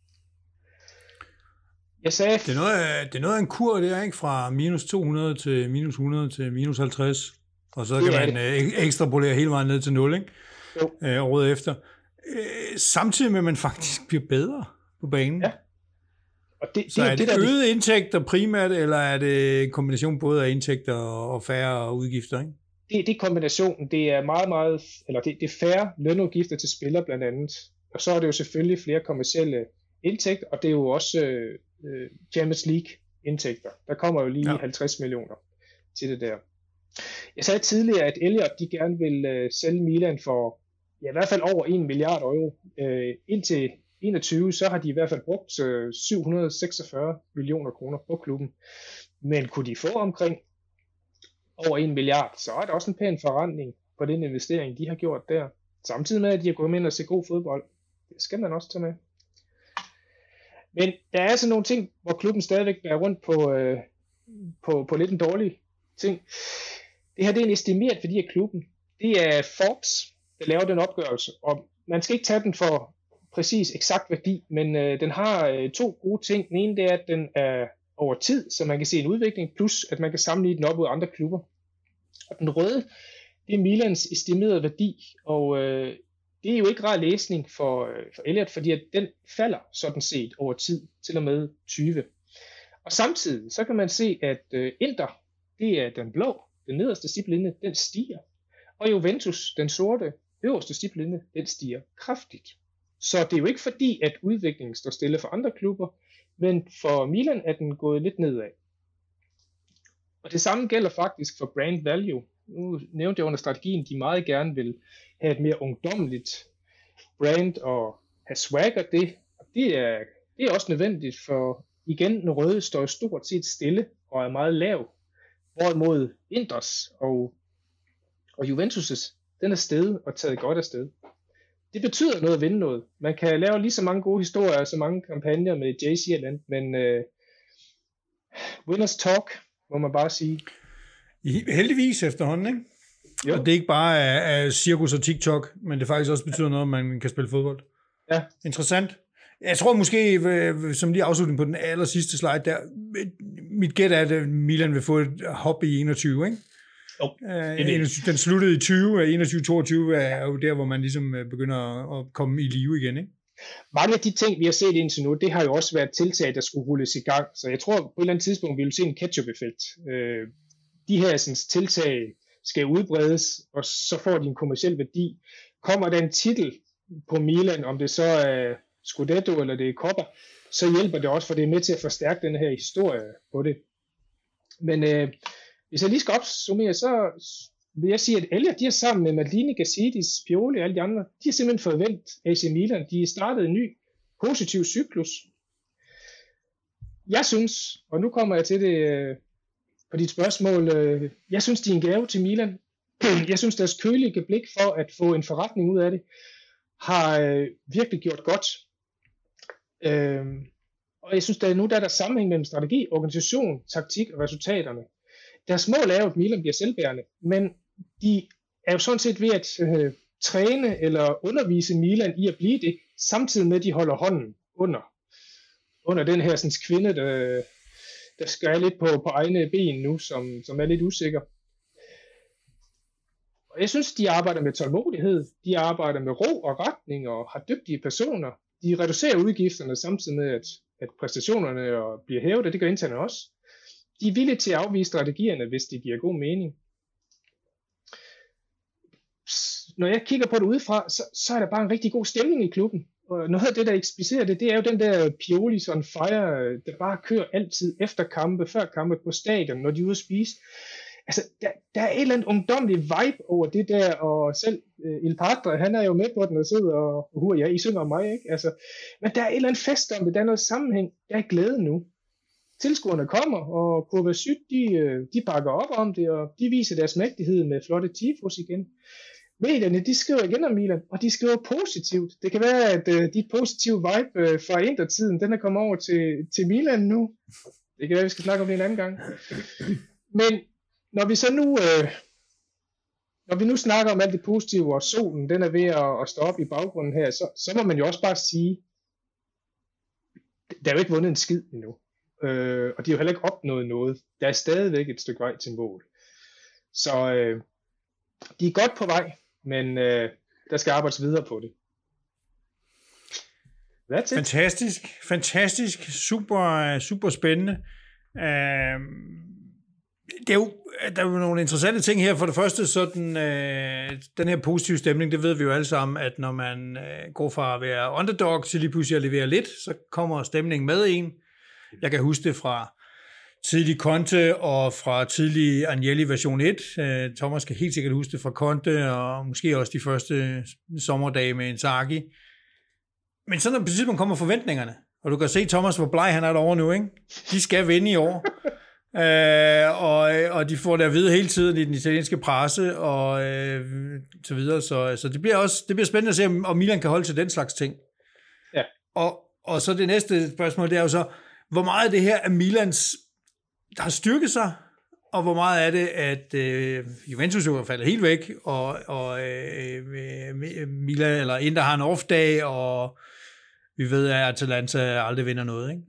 Jeg sagde, det, er noget, det er noget af en kur, det er ikke, fra minus to hundrede til minus hundrede til minus halvtreds, og så kan man øh, ekstrapolere hele vejen ned til nul, ikke? Jo. Øh, året efter. Øh, samtidig med, at man faktisk bliver bedre på banen. Ja. Og det, så det, er det, det øget indtægter primært, eller er det en kombination både af indtægter og færre udgifter, ikke? Det, det er kombinationen. Det er meget, meget, eller det, det er færre lønudgifter til spillere blandt andet. Og så er det jo selvfølgelig flere kommercielle indtægter, og det er jo også øh, Champions League indtægter. Der kommer jo lige ja. halvtreds millioner til det der. Jeg sagde tidligere, at Elliot de gerne vil øh, sælge Milan for ja, i hvert fald over en milliard euro. Øh, indtil enogtyve, så har de i hvert fald brugt øh, syv hundrede seksogfyrre millioner kroner på klubben. Men kunne de få omkring over en milliard, så er der også en pæn forrentning på den investering, de har gjort der. Samtidig med, at de har gået ind og set god fodbold. Det skal man også tage med. Men der er altså nogle ting, hvor klubben stadigvæk bærer rundt på, øh, på, på lidt en dårlig ting. Det her det er en estimeret værdi af klubben. Det er Forbes, der laver den opgørelse, og man skal ikke tage den for præcis eksakt værdi, men øh, den har øh, to gode ting. Den ene det er, at den er over tid, så man kan se en udvikling, plus at man kan sammenligne den op mod andre klubber. Og den røde, det er Milans estimerede værdi, og øh, det er jo ikke rar læsning for, øh, for Elliot, fordi at den falder sådan set over tid, til og med tyve. Og samtidig så kan man se, at øh, Inter, det er den blå, den nederste stiplinje, den stiger. Og Juventus, den sorte, øverste stiplinje, den stiger kraftigt. Så det er jo ikke fordi, at udviklingen står stille for andre klubber, men for Milan er den gået lidt nedad. Og det samme gælder faktisk for brand value. Nu nævnte jeg under strategien, de meget gerne vil have et mere ungdommeligt brand og have swagger det. Og det er, det er også nødvendigt, for igen, den røde står jo stort set stille og er meget lav. Hvorimod Inters og, og Juventus' den er steget og taget godt afsted. Det betyder noget at vinde noget. Man kan lave lige så mange gode historier og så mange kampagner med J C L, men uh, winners talk, må man bare sige. Heldigvis efterhånden, ikke? Jo. Og det er ikke bare af, af cirkus og TikTok, men det faktisk også betyder ja. noget, at man kan spille fodbold. Ja. Interessant. Jeg tror måske, som lige afslutning på den aller sidste slide der, mit gæt er, at Milan vil få et hop i enogtyve, ikke? Jo, uh, den sluttede i tyve, enogtyve toogtyve er jo der, hvor man ligesom begynder at komme i live igen, ikke? Mange af de ting, vi har set indtil nu, det har jo også været tiltag, der skulle rulles i gang. Så jeg tror, på et eller andet tidspunkt, vi vil se en ketchup-effekt. Uh, de her sådan, tiltag skal udbredes, og så får de en kommerciel værdi. Kommer der en titel på Milan, om det så er Scudetto eller det er Coppa, så hjælper det også, for det er med til at forstærke den her historie på det. Men øh, hvis jeg lige skal opsummere, så vil jeg sige, at Elliot, de er sammen med Maldini, Gazidis, Pioli og alle de andre, de har simpelthen forventet A C Milan. De startede en ny positiv cyklus. Jeg synes, og nu kommer jeg til det øh, på dit spørgsmål. Øh, jeg synes, de er en gave til Milan. Jeg synes, deres kølige blik for at få en forretning ud af det, har øh, virkelig gjort godt. Øh, og jeg synes, at nu der er der sammenhæng mellem strategi, organisation, taktik og resultaterne. Deres mål er jo, at Milan bliver selvbærende, men de er jo sådan set ved at øh, træne eller undervise Milan i at blive det, samtidig med, at de holder hånden under, under den her sådan, kvinde, der, der skal lidt på, på egne ben nu, som, som er lidt usikker. Og jeg synes, de arbejder med tålmodighed, de arbejder med ro og retning og har dygtige personer. De reducerer udgifterne samtidig med, at, at præstationerne bliver hævet, og det gør interne også. De er villige til at afvise strategierne, hvis det giver god mening. Når jeg kigger på det udefra, så, så er der bare en rigtig god stemning i klubben. Og noget af det, der ekspliciterer det, det er jo den der Pioli's on fire, der bare kører altid efter kampe, før kampe på stadion, når de er ude at spise. Altså, der, der er et eller andet ungdomligt vibe over det der, og selv uh, Il Padre, han er jo med på den og sidder og, uh, ja, I synger om mig, ikke? Altså, men der er et eller andet fest om det, der er noget sammenhæng, der er glæde nu. Tilskuerne kommer, og Kurva Syd, de, de bakker op om det, og de viser deres mægtighed med flotte tifos igen. Medierne, de skriver igen om Milan, og de skriver positivt. Det kan være, at uh, de positive vibe uh, fra Inter-tiden, den er kommet over til, til Milan nu. Det kan være, vi skal snakke om det en anden gang. Men når vi så nu, øh, når vi nu snakker om alt det positive, og solen, den er ved at, at stå op i baggrunden her, så, så må man jo også bare sige, der er jo ikke vundet en skid endnu. Øh, og de har jo heller ikke opnået noget. Der er stadigvæk et stykke vej til mål. Så øh, de er godt på vej, men øh, der skal arbejdes videre på det. That's it. Fantastisk, fantastisk, super, super spændende. Uh, det er jo, der er jo nogle interessante ting her. For det første, sådan, øh, den her positive stemning, det ved vi jo alle sammen, at når man øh, går fra at være underdog til lige pludselig at levere lidt, så kommer stemningen med en. Jeg kan huske det fra tidlig Conte og fra tidlig Agnelli version et. Øh, Thomas kan helt sikkert huske det fra Conte, og måske også de første sommerdage med Inzaghi. Men så når på tidspunkt kommer forventningerne, og du kan se Thomas, hvor bleg han er derovre nu, ikke? De skal vinde i år. Uh, og, og de får det at vide hele tiden i den italienske presse og uh, så videre, så, så det bliver også det bliver spændende at se, om Milan kan holde til den slags ting. Ja. Og, og så det næste spørgsmål, det er jo så, hvor meget af det her er Milans, der har styrket sig, og hvor meget er det, at uh, Juventus jo er faldet helt væk, og, og uh, Milan eller Inter har en off-dag, og vi ved, at Atalanta aldrig vinder noget, ikke?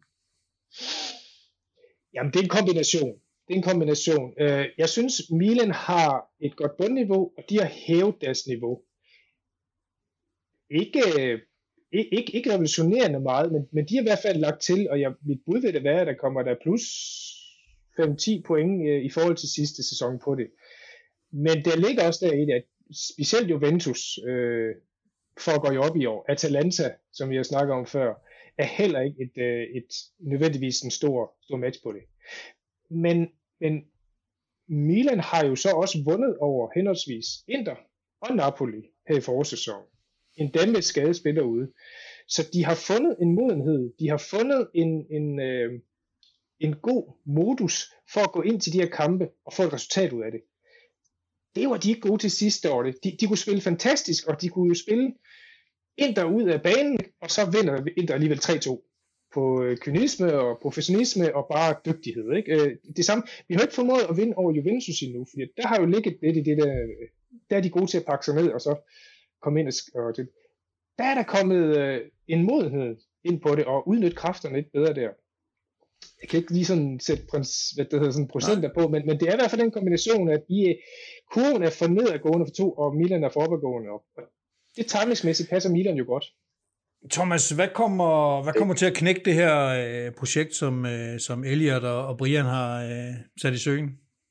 Jamen, det er en kombination. Det er en kombination. Jeg synes, Milan har et godt bundniveau, og de har hævet deres niveau. Ikke, ikke, ikke revolutionerende meget, men, men de har i hvert fald lagt til, og jeg, mit bud vil det være, at der kommer der plus fem til ti point i forhold til sidste sæson på det. Men der ligger også der i det, at specielt Juventus, øh, for at gå jo op i år, Atalanta, som vi har snakket om før, er heller ikke et, et, nødvendigvis en stor, stor match på det. Men, men Milan har jo så også vundet over henholdsvis Inter og Napoli her i forårssæsonen. En dem med skadespiller ude. Så de har fundet en modenhed, de har fundet en, en, øh, en god modus for at gå ind til de her kampe og få et resultat ud af det. Det var de ikke gode til sidste år. De, de kunne spille fantastisk, og de kunne jo spille Inter ud af banen, og så vinder Inter alligevel tre to på kynisme og professionisme og bare dygtighed. Ikke? Det samme, vi har ikke formået at vinde over Juventus endnu, for der har jo ligget lidt i det der, der er de gode til at pakke sig ned og så komme ind og det. Der er der kommet øh, en modenhed ind på det og udnytte kræfterne lidt bedre der. Jeg kan ikke lige sådan sætte hvad det hedder, sådan procenter på, men, men det er i hvert fald den kombination, at I, kurven er for nedadgående for to, og Milan er for opadgående. Og det timingsmæssigt passer Milan jo godt. Thomas, hvad kommer, hvad kommer til at knække det her øh, projekt, som, øh, som Elliot og, og Brian har øh, sat i søen?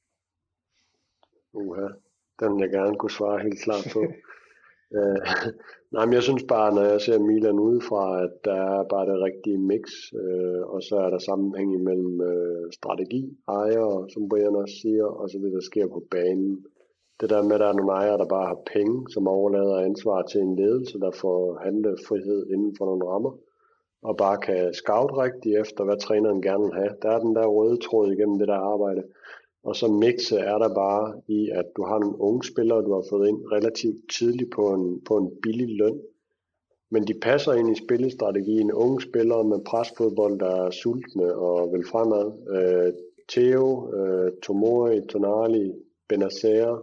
Uha, den vil jeg gerne kunne svare helt klart på. øh, nej, men jeg synes bare, når jeg ser Milan udefra, at der er bare det rigtige mix, øh, og så er der sammenhæng imellem øh, strategi, ejere, som Brian også siger, og så det, der sker på banen. Det der med, at der er nogle ejere, der bare har penge, som overlader ansvar til en ledelse, der får handlefrihed inden for nogle rammer, og bare kan scout rigtigt efter, hvad træneren gerne vil have. Der er den der røde tråd igennem det der arbejde. og så mixet er der bare i, at du har nogle unge spillere, du har fået ind relativt tidligt på en, på en billig løn. Men de passer ind i spillestrategien. Unge spillere med presfodbold, der er sultne og vil fremad. Øh, Theo, øh, Tomori, Tonali, Benacer,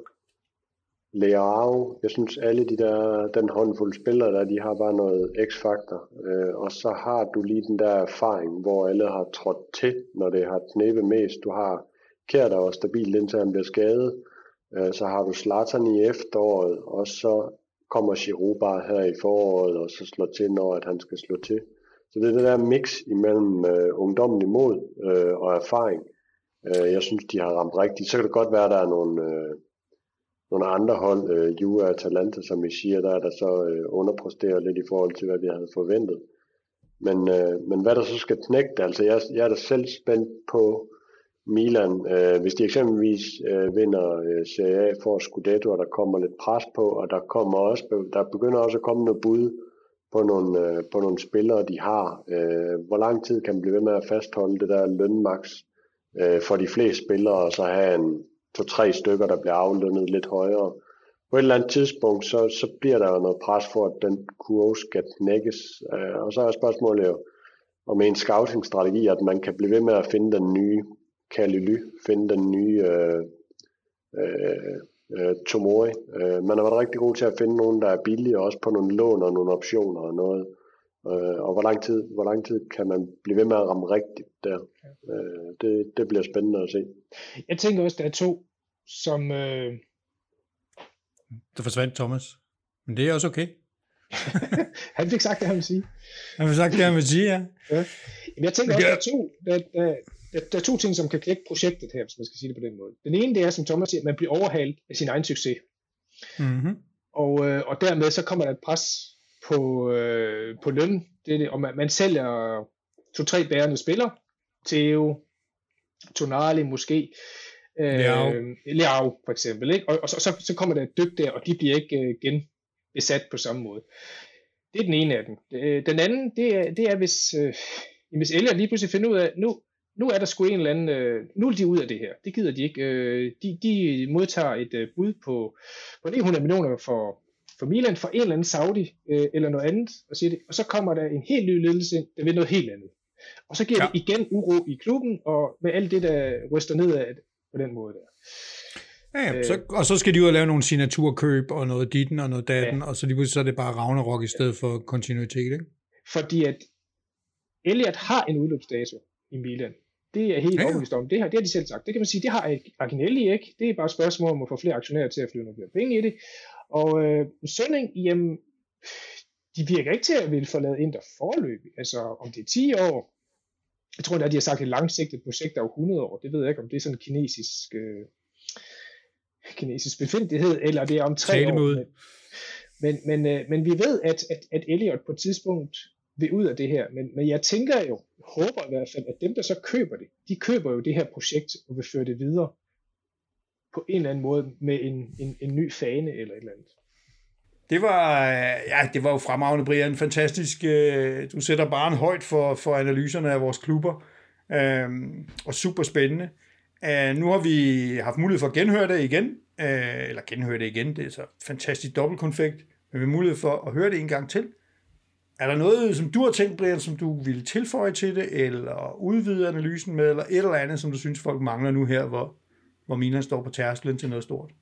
Leao. Jeg synes alle de der, den håndfuld spillere der, de har bare noget x-faktor. Øh, og så har du lige den der erfaring, hvor alle har trådt til, når det har knæbet mest. Du har Kjær, der var stabil indtil han bliver skadet. Øh, så har du Zlatan i efteråret, og så kommer Giroud bare her i foråret, og så slår til, når at han skal slå til. Så det er det der mix imellem øh, ungdommelig mod øh, og erfaring. Øh, jeg synes, de har ramt rigtigt. Så kan det godt være, at der er nogle, øh, nogle andre hold, øh, Juve og Atalanta, som I siger, der, der så øh, underpresterer lidt i forhold til, hvad vi havde forventet. Men, øh, men hvad der så skal knække det, altså jeg, jeg er da selv spændt på Milan, øh, hvis de eksempelvis øh, vinder øh, Serie A for Scudetto, og der kommer lidt pres på, og der kommer også, der begynder også at komme noget bud på nogle, øh, på nogle spillere, de har. Øh, hvor lang tid kan man blive ved med at fastholde det der lønmax øh, for de fleste spillere, og så have en to-tre stykker, der bliver aflønnet lidt højere. På et eller andet tidspunkt, så, så bliver der jo noget pres for, at den kurve skal knækkes. Øh, og så er spørgsmålet jo, om en scouting-strategi, at man kan blive ved med at finde den nye Kalily, finde den nye øh, øh, øh, Tomori. Øh, man har været rigtig god til at finde nogen, der er billige, også på nogle lån og nogle optioner og noget. Øh, og hvor lang, tid, hvor lang tid kan man blive ved med at ramme rigtigt der? Øh, det, det bliver spændende at se. Jeg tænker også, der er to, som... Øh... Der forsvandt Thomas. Men det er også okay. Han fik sagt det, han vil sige. Han fik sagt det, han vil sige, ja. ja. Men jeg tænker også, der er to... Der, der, Der, der er to ting, som kan knække projektet her, hvis man skal sige det på den måde. Den ene, det er, som Thomas siger, at man bliver overhalet af sin egen succes. Mm-hmm. Og, øh, og dermed så kommer der et pres på, øh, på løn. Det er det. Og man, man sælger to-tre bærende spillere. Theo, Tonali måske. Øh, Leao. Leao for eksempel. Ikke? Og, og så, så, så kommer der et dyk der, og de bliver ikke øh, genbesat på samme måde. Det er den ene af dem. Den anden, det er, det er hvis, øh, hvis Elliot lige pludselig finder ud af, nu Nu er der sgu en eller anden, øh, nu er de ud af det her, det gider de ikke, øh, de, de modtager et øh, bud på, på ni hundrede millioner for, for Milan, for en eller anden Saudi, øh, eller noget andet, og, siger det, og så kommer der en helt ny ledelse ind, der vil noget helt andet. Og så giver ja. det igen uro i klubben, og med alt det, der ryster ned af det, på den måde der. Ja, øh, så, og så skal de ud og lave nogle signaturkøb, og noget ditten og noget datten, ja. Og så, lige så er det bare Ragnarok i stedet ja. for kontinuitet, ikke? Fordi at Elliot har en udløbsdato i Milan. Det er helt ja. overbevist om. Det har, det har de selv sagt. Det kan man sige, det har Agnelli ikke. Det er bare et spørgsmål om at få flere aktionærer til at flyve nogle flere penge i det. Og øh, Sønning, jamen, de virker ikke til at ville forlade Inter forløb. Altså, om det er ti år. Jeg tror, at de har sagt et langsigtet projekt af hundrede år. Det ved jeg ikke, om det er sådan en kinesisk, øh, kinesisk befindelighed, eller det er om tre år. Men, men, men, øh, men vi ved, at, at, at Elliot på et tidspunkt vil ud af det her, men, men jeg tænker jo, håber i hvert fald, at dem, der så køber det, de køber jo det her projekt og vil føre det videre på en eller anden måde med en, en, en ny fane eller et eller andet. Det var, ja, det var jo fremragende, Brian. Fantastisk. Du sætter barren højt for, for analyserne af vores klubber, øhm, og super spændende. Uh, nu har vi haft mulighed for at genhøre det igen, uh, eller genhøre det igen, det er så fantastisk dobbeltkonfekt, men vi har mulighed for at høre det en gang til. Er der noget, som du har tænkt, Brian, som du ville tilføje til det, eller udvide analysen med, eller et eller andet, som du synes, folk mangler nu her, hvor, hvor Milan står på tærsklen til noget stort?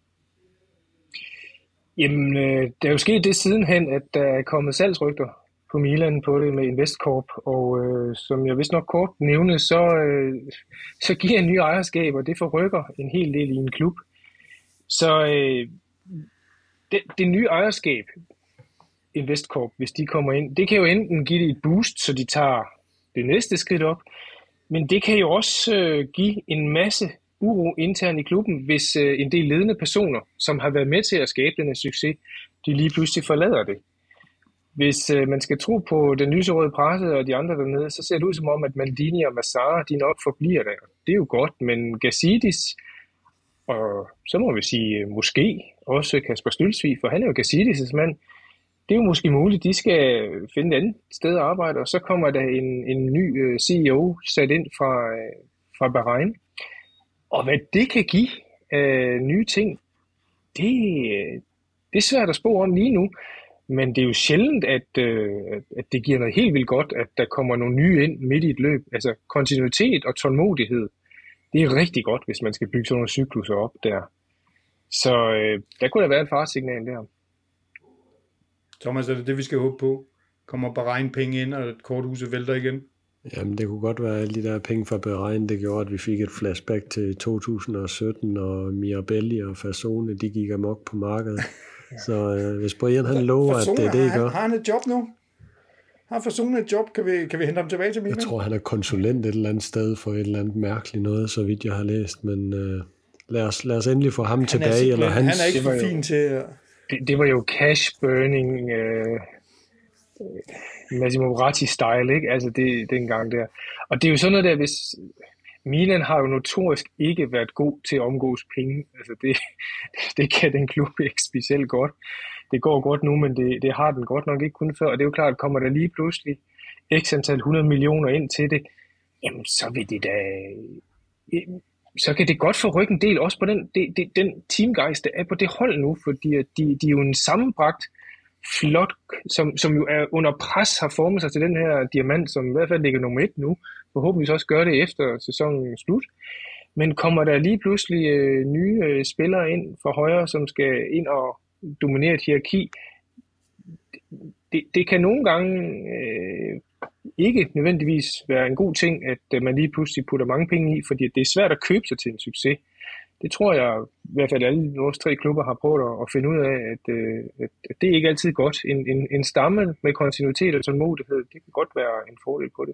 Jamen, øh, der er jo sket det sidenhen, at der er kommet salgsrygter på Milan på det med Investcorp, og øh, som jeg vist nok kort nævne, så, øh, så giver en ny ejerskab, og det forrykker en hel del i en klub. Så øh, det, det nye ejerskab, Investcorp, hvis de kommer ind, det kan jo enten give det et boost, så de tager det næste skridt op, men det kan jo også øh, give en masse uro internt i klubben, hvis øh, en del ledende personer, som har været med til at skabe den her succes, de lige pludselig forlader det. Hvis øh, man skal tro på den lyserøde presse og de andre dernede, så ser det ud som om, at Maldini og Massara, de nok forbliver der. Det er jo godt, men Gazidis, og så må vi sige måske også Kasper Stølsvig, for han er jo Gazidis' mand. Det er jo måske muligt, de skal finde et andet sted at arbejde, og så kommer der en, en ny C E O sat ind fra, fra Bahrain. Og hvad det kan give af nye ting, det, det er svært at spå om lige nu. Men det er jo sjældent, at, øh, at det giver noget helt vildt godt, at der kommer nogle nye ind midt i et løb. Altså kontinuitet og tålmodighed, det er rigtig godt, hvis man skal bygge sådan nogle cykluser op der. Så øh, der kunne der være et faresignal der. Thomas, er det det, vi skal håbe på? Kommer Bahrain penge ind, og korthuset vælter igen? Jamen, det kunne godt være alle de der penge fra Bahrain, det gjorde, at vi fik et flashback til to tusind og sytten, og Mirabelli og Fasone, de gik amok på markedet. Så øh, hvis Brian han lover, at det er det, I gør. Har han et job nu? Har Fasone et job? Kan vi, kan vi hente ham tilbage til Milan? Jeg tror, han er konsulent et eller andet sted for et eller andet mærkeligt noget, så vidt jeg har læst. Men øh, lad, os, lad os endelig få ham han tilbage. Eller hans... Han er ikke for fin til... Det, det var jo cash burning... Øh... Massimo Moratti-style, ikke? Altså det, den gang der. Og det er jo sådan noget der, hvis Milan har jo notorisk ikke været god til at omgås penge. Altså det, det kan den klub ikke specielt godt. Det går godt nu, men det, det har den godt nok ikke kun før. Og det er jo klart, at kommer der lige pludselig x antal hundrede millioner ind til det, jamen så vil det da... Så kan det godt få ryggen del også på den, det, det, den teamgeist, der er på det hold nu, fordi de, de er jo en sammenbragt flot, som, som jo er under pres, har formet sig til den her diamant, som i hvert fald ligger nummer et nu. Forhåbentlig også gør det efter sæsonen slut. Men kommer der lige pludselig øh, nye øh, spillere ind for højre, som skal ind og dominere et hierarki, det, det kan nogle gange øh, ikke nødvendigvis være en god ting, at øh, man lige pludselig putter mange penge i, fordi det er svært at købe sig til en succes. Det tror jeg, i hvert fald alle vores tre klubber har prøvet at finde ud af, at, at, at det ikke altid er godt. En, en, en stamme med kontinuitet og tålmodighed, det kan godt være en fordel på det.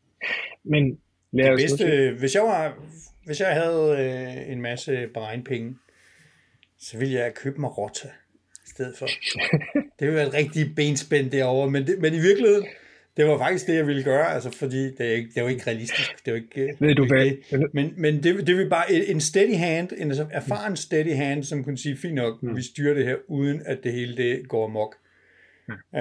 Men lad os bedste, hvis jeg var, hvis jeg havde øh, en masse Bahrain-penge, så ville jeg købe mig Rota i stedet for. Det ville være et rigtigt benspænd derovre, men, det, men i virkeligheden, det var faktisk det, jeg ville gøre, altså, fordi det er, ikke, det er jo ikke realistisk. Det er jo ikke, Ved du hvad? Det. Men, men det, det vil bare en steady hand, en altså erfaren steady hand, som kunne sige, fint nok, mm. vi styrer det her, uden at det hele det går amok. Mm. Uh,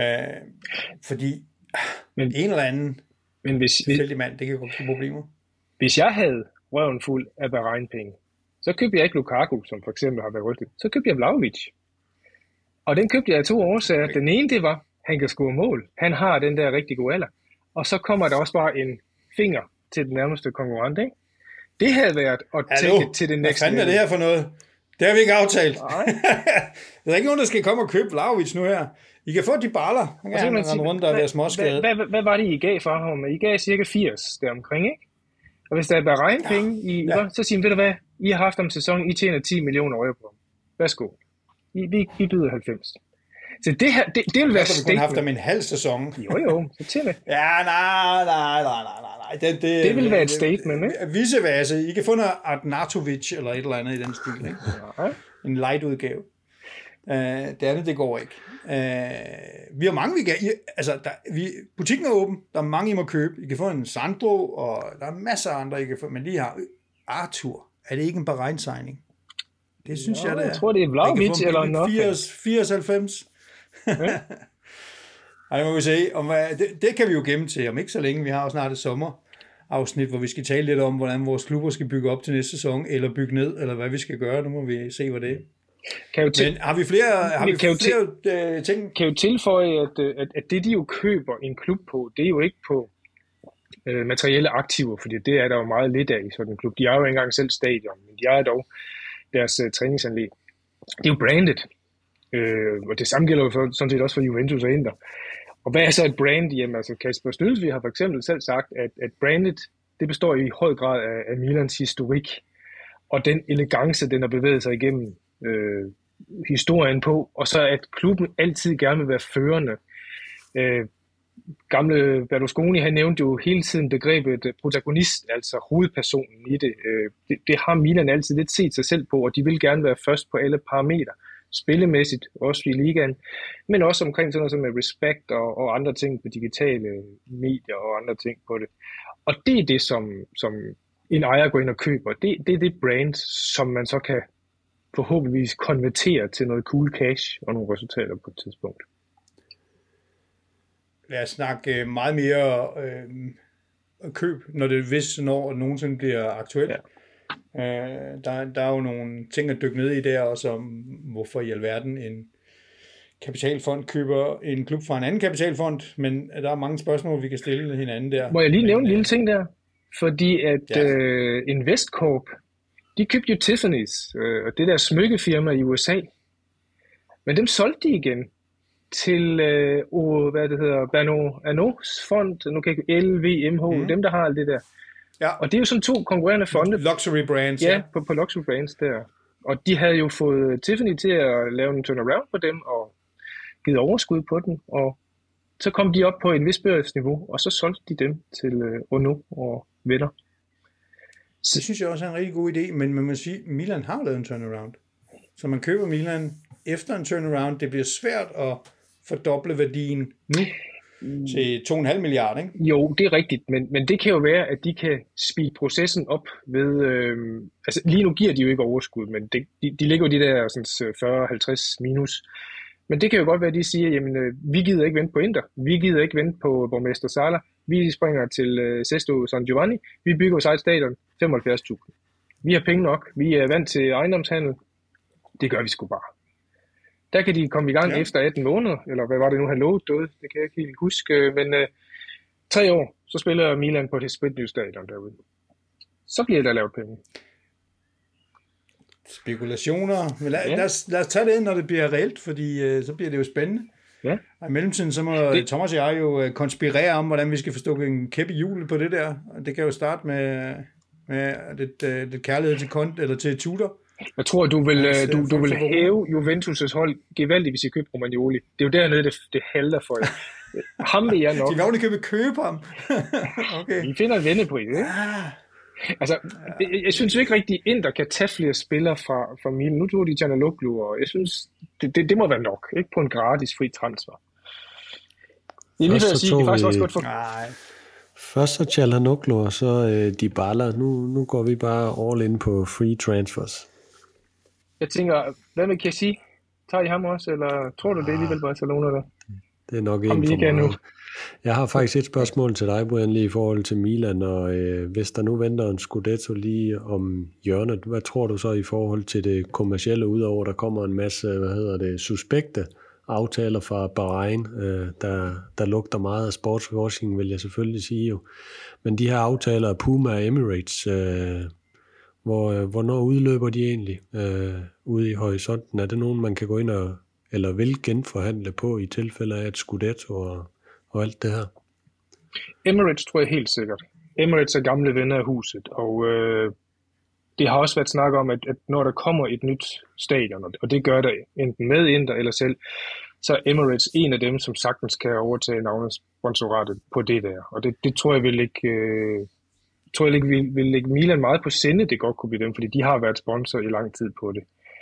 fordi men, en eller anden men hvis, tilfældig mand, det kan godt give problemer. Hvis jeg havde røven fuld af Bahrain-penge, så købte jeg ikke Lukaku, som for eksempel har været rygtet. Så købte jeg Vlahovic. Og den købte jeg af to årsager. Den ene, det var, han kan score mål. Han har den der rigtig gode alder. Og så kommer der også bare en finger til den nærmeste konkurrent, ikke? Det havde været at tænke til det næste. Hvad fanden er det her for noget? Det har vi ikke aftalt. Der er ikke nogen, der skal komme og købe Vlahovic nu her. I kan få de baller. Han kan han rende rundt der og være småskadet. Hvad, hvad, hvad var det, I gav for ham? I gav cirka firs deromkring, ikke? Og hvis der er Bahrain-penge, ja, I, ja. så siger I, ved du hvad? I har haft om sæsonen, I tjener ti millioner euro på ham. Værsgo. I, vi, vi byder halvfems. Så det her, det, det vil være statement. Jeg har haft dem en halv sæson. Jo jo, så til det. Ja, nej, nej, nej, nej, nej. Det, det, det vil være et statement, ikke? Visevase. I kan få noget Arnautovic eller et eller andet i den stil, ikke? Ja. En light udgave. Uh, det andet, det går ikke. Uh, vi har mange, vi kan... Altså, der, vi, butikken er åben. Der er mange, I må købe. I kan få en Sandro, og der er masser af andre, I kan få. Men lige har Arthur. Er det ikke en Bahrain-signing? Det synes ja, jeg, det er. Jeg tror, det er Vlahovic eller noget. firs halvfems. Ja. Ej, må vi se. Om, det, det kan vi jo gemme til om ikke så længe. Vi har jo snart et sommerafsnit, hvor vi skal tale lidt om, hvordan vores klubber skal bygge op til næste sæson, eller bygge ned, eller hvad vi skal gøre. Nu må vi se, hvad det er. Kan jo til... Men har vi flere, har vi kan jo flere til... uh, ting? Kan jo tilføje, at, at, at det, de jo køber en klub på, det er jo ikke på øh, materielle aktiver, fordi det er der jo meget lidt af i sådan en klub. De har jo ikke engang selv stadion, men de har dog deres uh, træningsanlæg. Det er jo branded. Øh, og det samme gælder jo for, sådan set også for Juventus og Inter. Og hvad er så et brand? Jamen altså Kasper Stølsvig har for eksempel selv sagt, at, at brandet, det består i høj grad af, af Milans historik, og den elegance, den har bevæget sig igennem øh, historien på, og så at klubben altid gerne vil være førende. Øh, gamle Berlusconi, han nævnte jo hele tiden begrebet protagonist, altså hovedpersonen i det. Øh, det. Det har Milan altid lidt set sig selv på, og de vil gerne være først på alle parametre. Spillemæssigt, også i ligaen, men også omkring sådan noget som med respekt og, og andre ting på digitale medier og andre ting på det. Og det er det, som, som en ejer går ind og køber. Det, det er det brand, som man så kan forhåbentligvis konvertere til noget cool cash og nogle resultater på et tidspunkt. Lad os snakke meget mere øh, køb, når det hvis når nogensinde bliver aktuelt. Ja. Uh, der, der er jo nogle ting at dykke ned i der, også om hvorfor i alverden en kapitalfond køber en klub fra en anden kapitalfond, men der er mange spørgsmål, vi kan stille hinanden der. Må jeg lige men, nævne en lille ting der? Fordi at ja. uh, Investcorp, de købte jo Tiffany's, uh, og det der smykkefirma i U S A, men dem solgte de igen til, uh, hvad det hedder, Bano Arnaults fond, nu kan jeg L V M H, mm. dem der har alt det der. Ja. Og det er jo sådan to konkurrerende fonde. Luxury brands. Ja, ja. På, på luxury brands der. Og de havde jo fået Tiffany til at lave en turnaround på dem, og givet overskud på den, og så kom de op på et vist børsniveau, og så solgte de dem til uh, Renault og Vetter. Det synes jeg også er en rigtig god idé, men man må sige, Milan har lavet en turnaround. Så man køber Milan efter en turnaround. Det bliver svært at fordoble værdien nu til to komma fem milliarder, ikke? Jo, det er rigtigt, men, men det kan jo være, at de kan speede processen op ved... Øh, altså lige nu giver de jo ikke overskud, men det, de, de ligger jo de der sådan fyrre halvtreds minus. Men det kan jo godt være, at de siger, jamen øh, vi gider ikke vente på Inter, vi gider ikke vente på borgmester Sala, vi springer til øh, Sesto San Giovanni, vi bygger vores eget stadion, femoghalvfjerds tusind. Vi har penge nok, vi er vant til ejendomshandel, det gør vi sgu bare. Der kan de komme i gang ja. efter atten måneder, eller hvad var det nu, han lovede døde, det kan jeg ikke helt huske, men øh, tre år, så spiller Milan på det spritnye stadion derude. Så bliver der lavet penge. Spekulationer, men lad, ja. lad, os, lad os tage det ind, når det bliver reelt, fordi øh, så bliver det jo spændende. Ja. Og i mellemtiden, så må det... Thomas og jeg jo konspirere om, hvordan vi skal forstå en kæp i hjulet på det der. Det kan jo starte med, med lidt, uh, lidt kærlighed til Kont eller til Tudor. Jeg tror, du vil, altså, du, du vil hæve Juventus' hold gevaldigt, hvis I køber Romagnoli. Det er jo dernede, det, det halter for jer. Ham vil jeg nok. De vil jo købe købe ham. Okay. I finder en vendepris, ikke? Ah. Altså, jeg, jeg synes jo ikke rigtig, at Inter kan tage flere spillere fra, fra Milan. Nu tog de Canaloglu, og jeg synes, det, det, det må være nok. Ikke på en gratis fri transfer. Det er lige ved at sige, det er faktisk også godt for... Nej. Først så Calhanoglu, og så øh, Dybala. Nu, nu går vi bare all in på free transfers. Jeg tænker, hvad med Kessie? Tager I ham også, eller tror du det alligevel Barcelona der? Det er nok en for meget. Jeg har faktisk et spørgsmål til dig, Brian, lige i forhold til Milan, og øh, hvis der nu venter en Scudetto lige om hjørnet, hvad tror du så i forhold til det kommercielle, udover der kommer en masse, hvad hedder det, suspekte aftaler fra Bahrain, øh, der, der lugter meget af sportswashing, vil jeg selvfølgelig sige jo. Men de her aftaler af Puma og Emirates, øh, hvor, øh, hvornår udløber de egentlig øh, ude i horisonten? Er det nogen, man kan gå ind og, eller vil genforhandle på i tilfælde af et Scudetto og og alt det her? Emirates tror jeg helt sikkert. Emirates er gamle venner af huset, og øh, det har også været snak om, at, at når der kommer et nyt stadion, og det gør der enten med Inter eller selv, så er Emirates en af dem, som sagtens kan overtage navnesponsoratet på det der. Og det, det tror jeg vil ikke, øh, tror jeg ikke vil, vil lægge Milan meget på sinde, det godt kunne blive dem, fordi de har været sponsor i lang tid på det.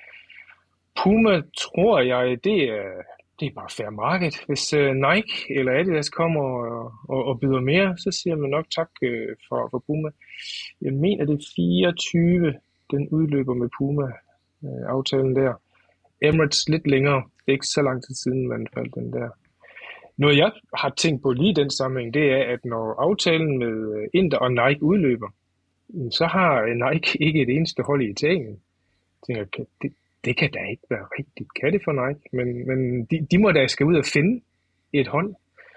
Puma tror jeg, det er... Det er bare fair market. Hvis uh, Nike eller Adidas kommer og, og, og byder mere, så siger man nok tak uh, for, for Puma. Jeg mener, det er fireogtyve, den udløber med Puma-aftalen uh, der. Emirates lidt længere. Det er ikke så lang tid siden, man faldt den der. Noget jeg har tænkt på lige i den sammenhæng, det er, at når aftalen med Inter og Nike udløber, så har Nike ikke et eneste hold i Italien. Jeg tænker, det Det kan da ikke være rigtigt. Kan det for Nike? Men, men de, de må da skal ud og finde et hold,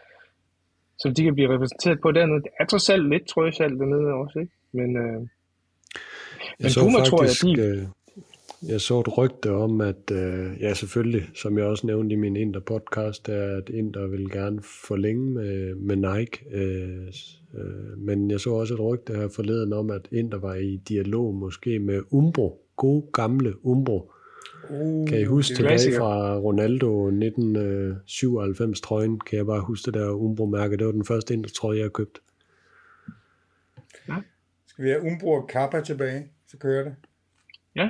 så de kan blive repræsenteret på dernede. Det er trods alt lidt trøjsalt dernede også, ikke? Men, øh, men Puma faktisk, tror jeg, de... Øh, jeg så et rygte om, at øh, ja selvfølgelig, som jeg også nævnte i min Inter-podcast, er, at Inter vil gerne forlænge med, med Nike. Øh, øh, men jeg så også et rygte her forleden om, at Inter var i dialog måske med Umbro. God gamle Umbro. Uh, kan I huske tilbage fra Ronaldo nitten syvoghalvfems trøjen, kan jeg bare huske det der Umbro-mærke, det var den første Inter-trøje, jeg købte. Ja. Skal vi have Umbro og Kappa tilbage, så kører det. Ja.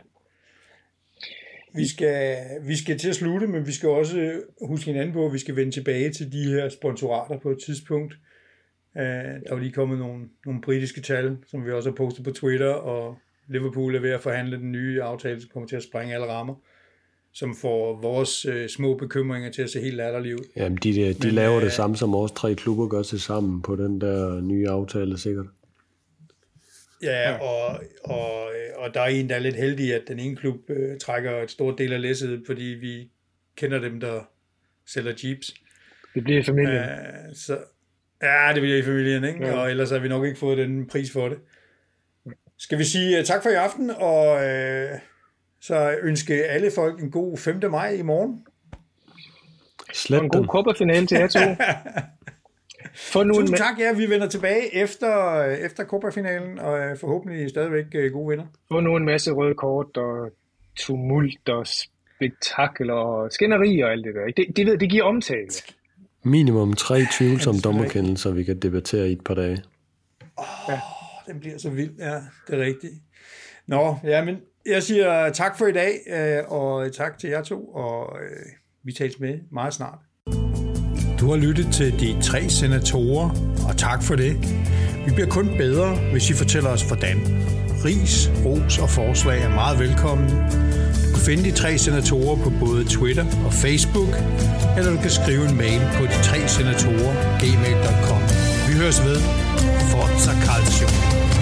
Vi skal, vi skal til at slutte, men vi skal også huske hinanden på, at vi skal vende tilbage til de her sponsorater på et tidspunkt. Uh, der er lige kommet nogle, nogle britiske tal, som vi også har postet på Twitter, og Liverpool er ved at forhandle den nye aftale, som kommer til at sprænge alle rammer, som får vores øh, små bekymringer til at se helt latterlige ud. Jamen, de, de, de Men, laver øh, det samme, som vores tre klubber gør til sammen på den der nye aftale, sikkert. Ja, og, og, og der er en, der er lidt heldig, at den ene klub øh, trækker et stort del af læsset, fordi vi kender dem, der sælger jeeps. Det bliver i familien. Uh, så, ja, det bliver i familien, ikke? Ja. Og ellers har vi nok ikke fået den pris for det. Skal vi sige uh, tak for i aften, og uh, så ønske alle folk en god femte maj i morgen. Slet og en god Copa-finale til jer to. Tusind med... tak, ja. Vi vender tilbage efter, efter Copa-finalen, og uh, forhåbentlig stadigvæk uh, gode vinder. Få nu en masse røde kort, og tumult, og spektakel, og skænderi og alt det der. Det, det, ved, det giver omtale. Minimum tre tvivlsomme dommerkendelser, vi kan debattere i et par dage. Åh, oh, ja. Den bliver så vild. Ja, det er rigtigt. Nå, ja, men jeg siger tak for i dag, og tak til jer to, og vi tales med meget snart. Du har lyttet til De Tre Senatorer, og tak for det. Vi bliver kun bedre, hvis I fortæller os hvordan. Ris, ros og forslag er meget velkommen. Du kan finde De Tre Senatorer på både Twitter og Facebook, eller du kan skrive en mail på de tre senatorer punktum gmail punktum com. Vi høres ved. Forza Calcio.